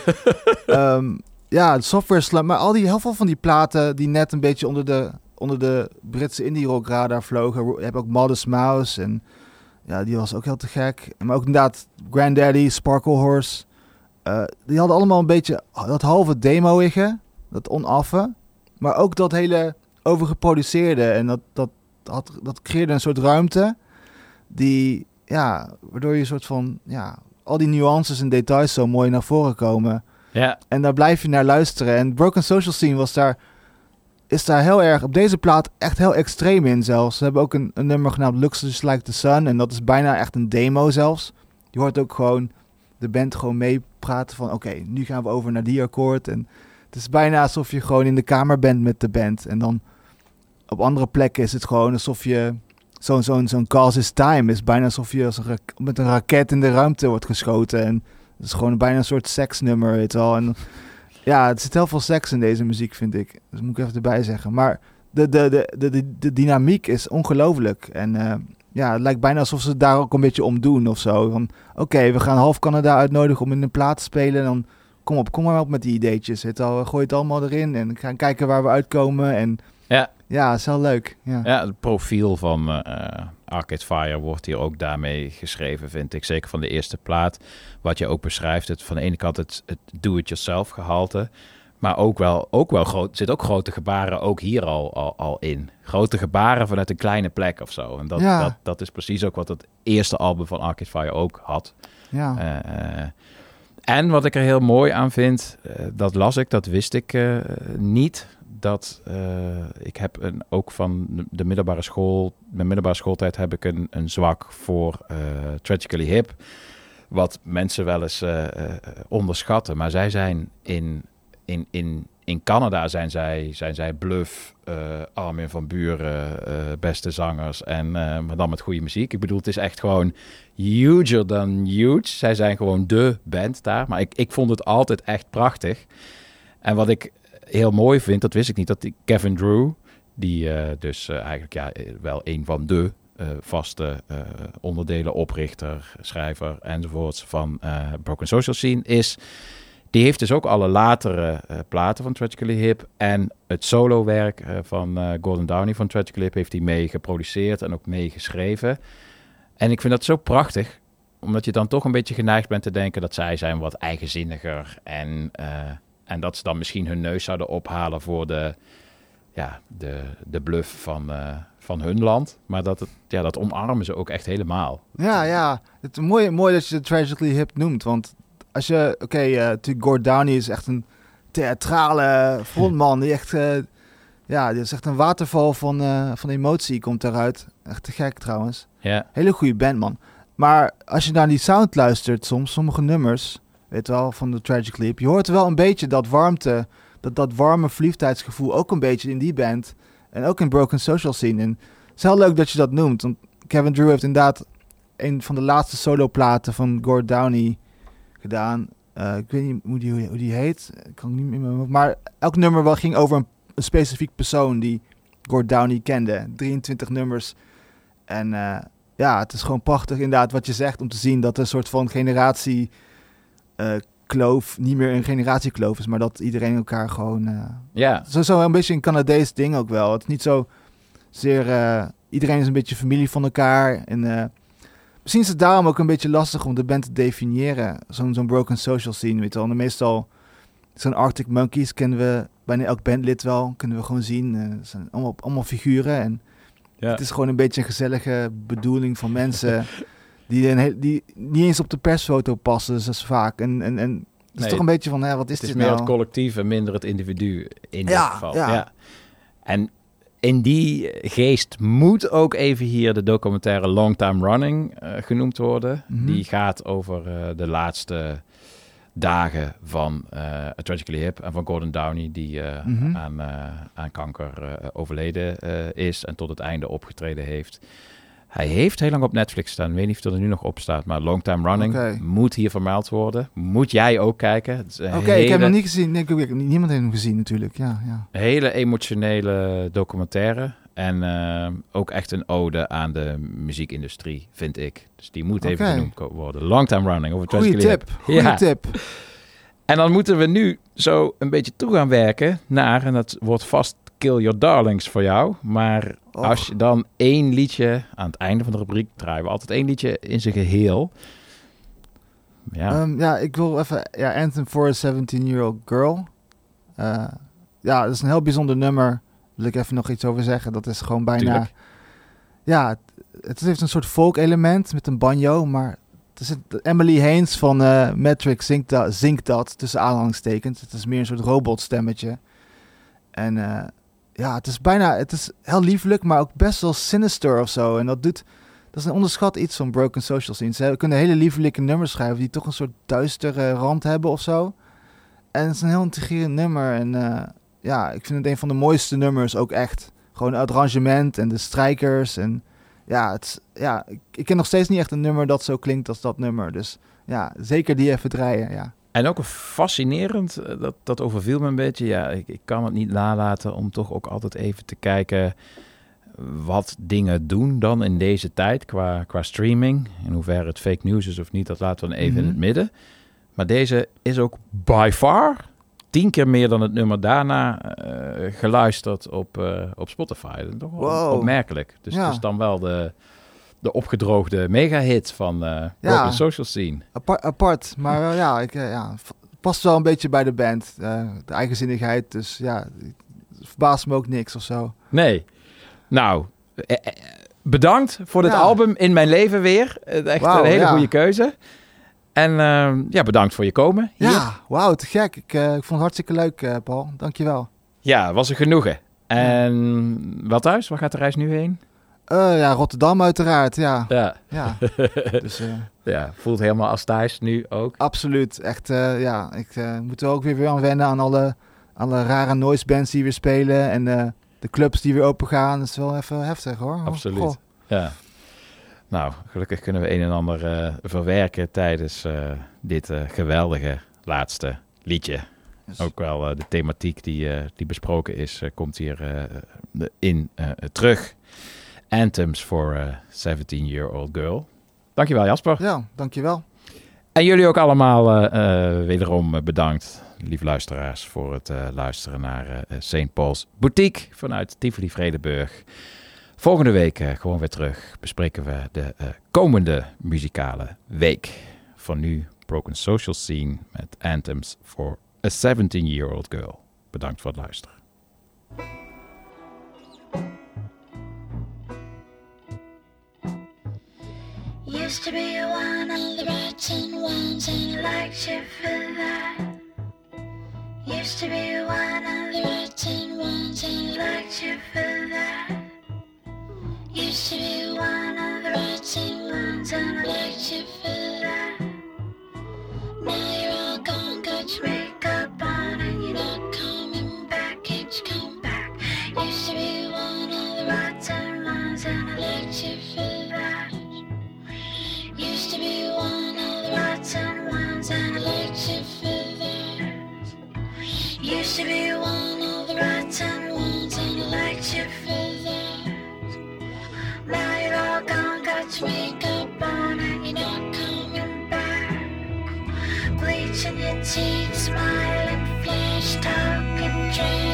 Ja, de Software Slump, maar heel veel van die platen die net een beetje onder de Britse indie rock radar vlogen. Je hebt ook Modest Mouse en ja, die was ook heel te gek. Maar ook inderdaad Grandaddy, Sparkle Horse. Die hadden allemaal een beetje dat halve demo-ige, dat onaffe. Maar ook dat hele overgeproduceerde. En dat creëerde een soort ruimte die, ja, waardoor je een soort van, ja, al die nuances en details zo mooi naar voren komen. Ja. En daar blijf je naar luisteren. En Broken Social Scene is daar heel erg, op deze plaat echt heel extreem in zelfs. Ze hebben ook een nummer genaamd Looks Just Like the Sun. En dat is bijna echt een demo zelfs. Je hoort ook gewoon de band gewoon meepraten van oké, nu gaan we over naar die akkoord. En het is bijna alsof je gewoon in de kamer bent met de band. En dan op andere plekken is het gewoon alsof je zo'n Cause is Time is bijna alsof je met een raket in de ruimte wordt geschoten. En het is gewoon bijna een soort seksnummer, weet je wel. En ja, er zit heel veel seks in deze muziek, vind ik. Dat moet ik even erbij zeggen. Maar de dynamiek is ongelooflijk. En het lijkt bijna alsof ze het daar ook een beetje om doen of zo. Van oké, we gaan half Canada uitnodigen om in een plaat te spelen. En dan kom maar op met die ideetjes. Gooi het allemaal erin en gaan kijken waar we uitkomen. En ja, is heel leuk. Ja, het profiel van Arcade Fire wordt hier ook daarmee geschreven, vind ik. Zeker van de eerste plaat. Wat je ook beschrijft, het van de ene kant het do-it-yourself gehalte. Maar ook wel groot, er zitten ook grote gebaren ook hier al in. Grote gebaren vanuit een kleine plek of zo. En dat is precies ook wat het eerste album van Arcade Fire ook had. Ja. En wat ik er heel mooi aan vind, dat las ik, dat wist ik niet. Dat ik heb ook van de middelbare school, mijn middelbare schooltijd heb ik een zwak voor Tragically Hip. Wat mensen wel eens onderschatten. Maar zij zijn in Canada zijn zij Bluff, Armin van Buuren, beste zangers maar dan met goede muziek. Ik bedoel, het is echt gewoon huger than huge. Zij zijn gewoon de band daar. Maar ik vond het altijd echt prachtig. En wat ik heel mooi vind, dat wist ik niet, dat die Kevin Drew, die dus eigenlijk wel een van de vaste onderdelen, oprichter, schrijver enzovoorts van Broken Social Scene is. Die heeft dus ook alle latere platen van Tragically Hip en het solowerk van Gordon Downey van Tragically Hip heeft hij mee geproduceerd en ook meegeschreven. En ik vind dat zo prachtig, omdat je dan toch een beetje geneigd bent te denken dat zij zijn wat eigenzinniger en dat ze dan misschien hun neus zouden ophalen voor de bluff van hun land. Maar dat omarmen ze ook echt helemaal. Ja. Het is mooi dat je de Tragically Hip noemt. Want als je... Gordon Downey is echt een theatrale frontman. Die echt... die is echt een waterval van emotie komt daaruit. Echt te gek trouwens. Ja. Hele goede band, man. Maar als je naar die sound luistert soms, sommige nummers, weet je wel, van de Tragically Hip, je hoort wel een beetje dat warmte, dat warme verliefdheidsgevoel ook een beetje in die band. En ook in Broken Social Scene. En het is heel leuk dat je dat noemt. Want Kevin Drew heeft inderdaad een van de laatste soloplaten van Gord Downey gedaan. Ik weet niet hoe die heet. Ik kan niet meer. Maar elk nummer wel ging over een specifiek persoon die Gord Downey kende. 23 nummers. En het is gewoon prachtig inderdaad wat je zegt, om te zien dat er een soort van generatie kloof niet meer een generatiekloof is, maar dat iedereen elkaar gewoon... Ja. Zo een beetje een Canadees ding ook wel. Het is niet zo zeer... iedereen is een beetje familie van elkaar. En misschien is het daarom ook een beetje lastig om de band te definiëren. Zo'n Broken Social Scene, weet je wel. En meestal, zo'n Arctic Monkeys kennen we bijna elk bandlid wel. Kunnen we gewoon zien. Het zijn allemaal figuren. En het is gewoon een beetje een gezellige bedoeling van mensen... Die niet eens op de persfoto passen, dus dat is vaak. En het is toch een beetje van, wat is dit nou? Het is meer het collectief en minder het individu in dit geval. Ja. En in die geest moet ook even hier de documentaire Long Time Running genoemd worden. Mm-hmm. Die gaat over de laatste dagen van A Tragically Hip en van Gordon Downey, die aan kanker overleden is en tot het einde opgetreden heeft. Hij heeft heel lang op Netflix staan. Ik weet niet of het er nu nog op staat. Maar Long Time Running moet hier vermeld worden. Moet jij ook kijken. Ik heb hem nog niet gezien. Nee, niemand heeft hem gezien natuurlijk. Ja. Hele emotionele documentaire. En ook echt een ode aan de muziekindustrie, vind ik. Dus die moet even genoemd worden. Long Time Running. Goeie tip. En dan moeten we nu zo een beetje toe gaan werken naar... en dat wordt vast Kill Your Darlings voor jou. Maar als je dan één liedje... aan het einde van de rubriek draaien we altijd één liedje in zijn geheel. Ja, ik wil even... Ja, Anthem for a 17-year-old Girl. Dat is een heel bijzonder nummer. Daar wil ik even nog iets over zeggen. Dat is gewoon bijna... Tuurlijk. Ja, het heeft een soort folk element met een banjo, maar... Emily Haynes van Matrix zingt dat tussen aanhalingstekens. Het is meer een soort robotstemmetje. En het is heel liefelijk, maar ook best wel sinister of zo. En dat is een onderschat iets van Broken Social Scene. Ze kunnen hele liefelijke nummers schrijven die toch een soort duistere rand hebben of zo. En het is een heel intrigerend nummer. En ik vind het een van de mooiste nummers ook echt. Gewoon het arrangement en de strijkers en... ik ken nog steeds niet echt een nummer dat zo klinkt als dat nummer. Dus ja, zeker die even draaien, ja. En ook fascinerend, dat overviel me een beetje. Ja, ik kan het niet nalaten om toch ook altijd even te kijken... wat dingen doen dan in deze tijd qua streaming. In hoeverre het fake news is of niet, dat laten we dan even in het midden. Maar deze is ook by far 10 keer meer dan het nummer daarna geluisterd op Spotify. Dat is toch wel opmerkelijk. Dus het is dan wel de opgedroogde mega-hit van Broken Social Scene. Apart, maar past wel een beetje bij de band. De eigenzinnigheid, dus ja, het verbaast me ook niks of zo. Nee. Nou, bedankt voor dit album in mijn leven weer. Echt een hele goede keuze. En bedankt voor je komen hier. Ja, wauw, te gek. Ik vond het hartstikke leuk, Paul. Dankjewel. Ja, was een genoegen. En wat thuis? Waar gaat de reis nu heen? Rotterdam uiteraard, ja. Dus, voelt helemaal als thuis nu ook? Absoluut. Echt, ik moet er ook weer aan wennen aan alle rare noise bands die weer spelen. En de clubs die weer open gaan. Dat is wel even heftig, hoor. Absoluut, Goh. ja. Nou, gelukkig kunnen we een en ander verwerken tijdens dit geweldige laatste liedje. Yes. Ook wel de thematiek die besproken is, komt hier in terug. Anthems for a 17-year-old girl. Dankjewel, Jasper. Ja, dankjewel. En jullie ook allemaal wederom bedankt, lieve luisteraars, voor het luisteren naar St. Paul's Boutique vanuit Tivoli Vredenburg. Volgende week gewoon weer terug bespreken we de komende muzikale week. Voor nu Broken Social Scene met Anthems for a 17-year-old girl. Bedankt voor het luisteren. Used to be one of the rotten ones and I liked you for that. Used to be one of the rotten ones and I liked you for that. Used to be one of the rotten ones and I liked you for that. Now you're all gone, got your makeup on and you're not coming back, can't you come back? Used to be one of the rotten ones and I liked you for that. Used to be one of the rotten ones and I liked you for that. Used to be one of the rotten ones and I liked you for that. Now you're all gone, got your makeup on and you're not coming back. Bleaching your seed, smile and flesh, talk and dream.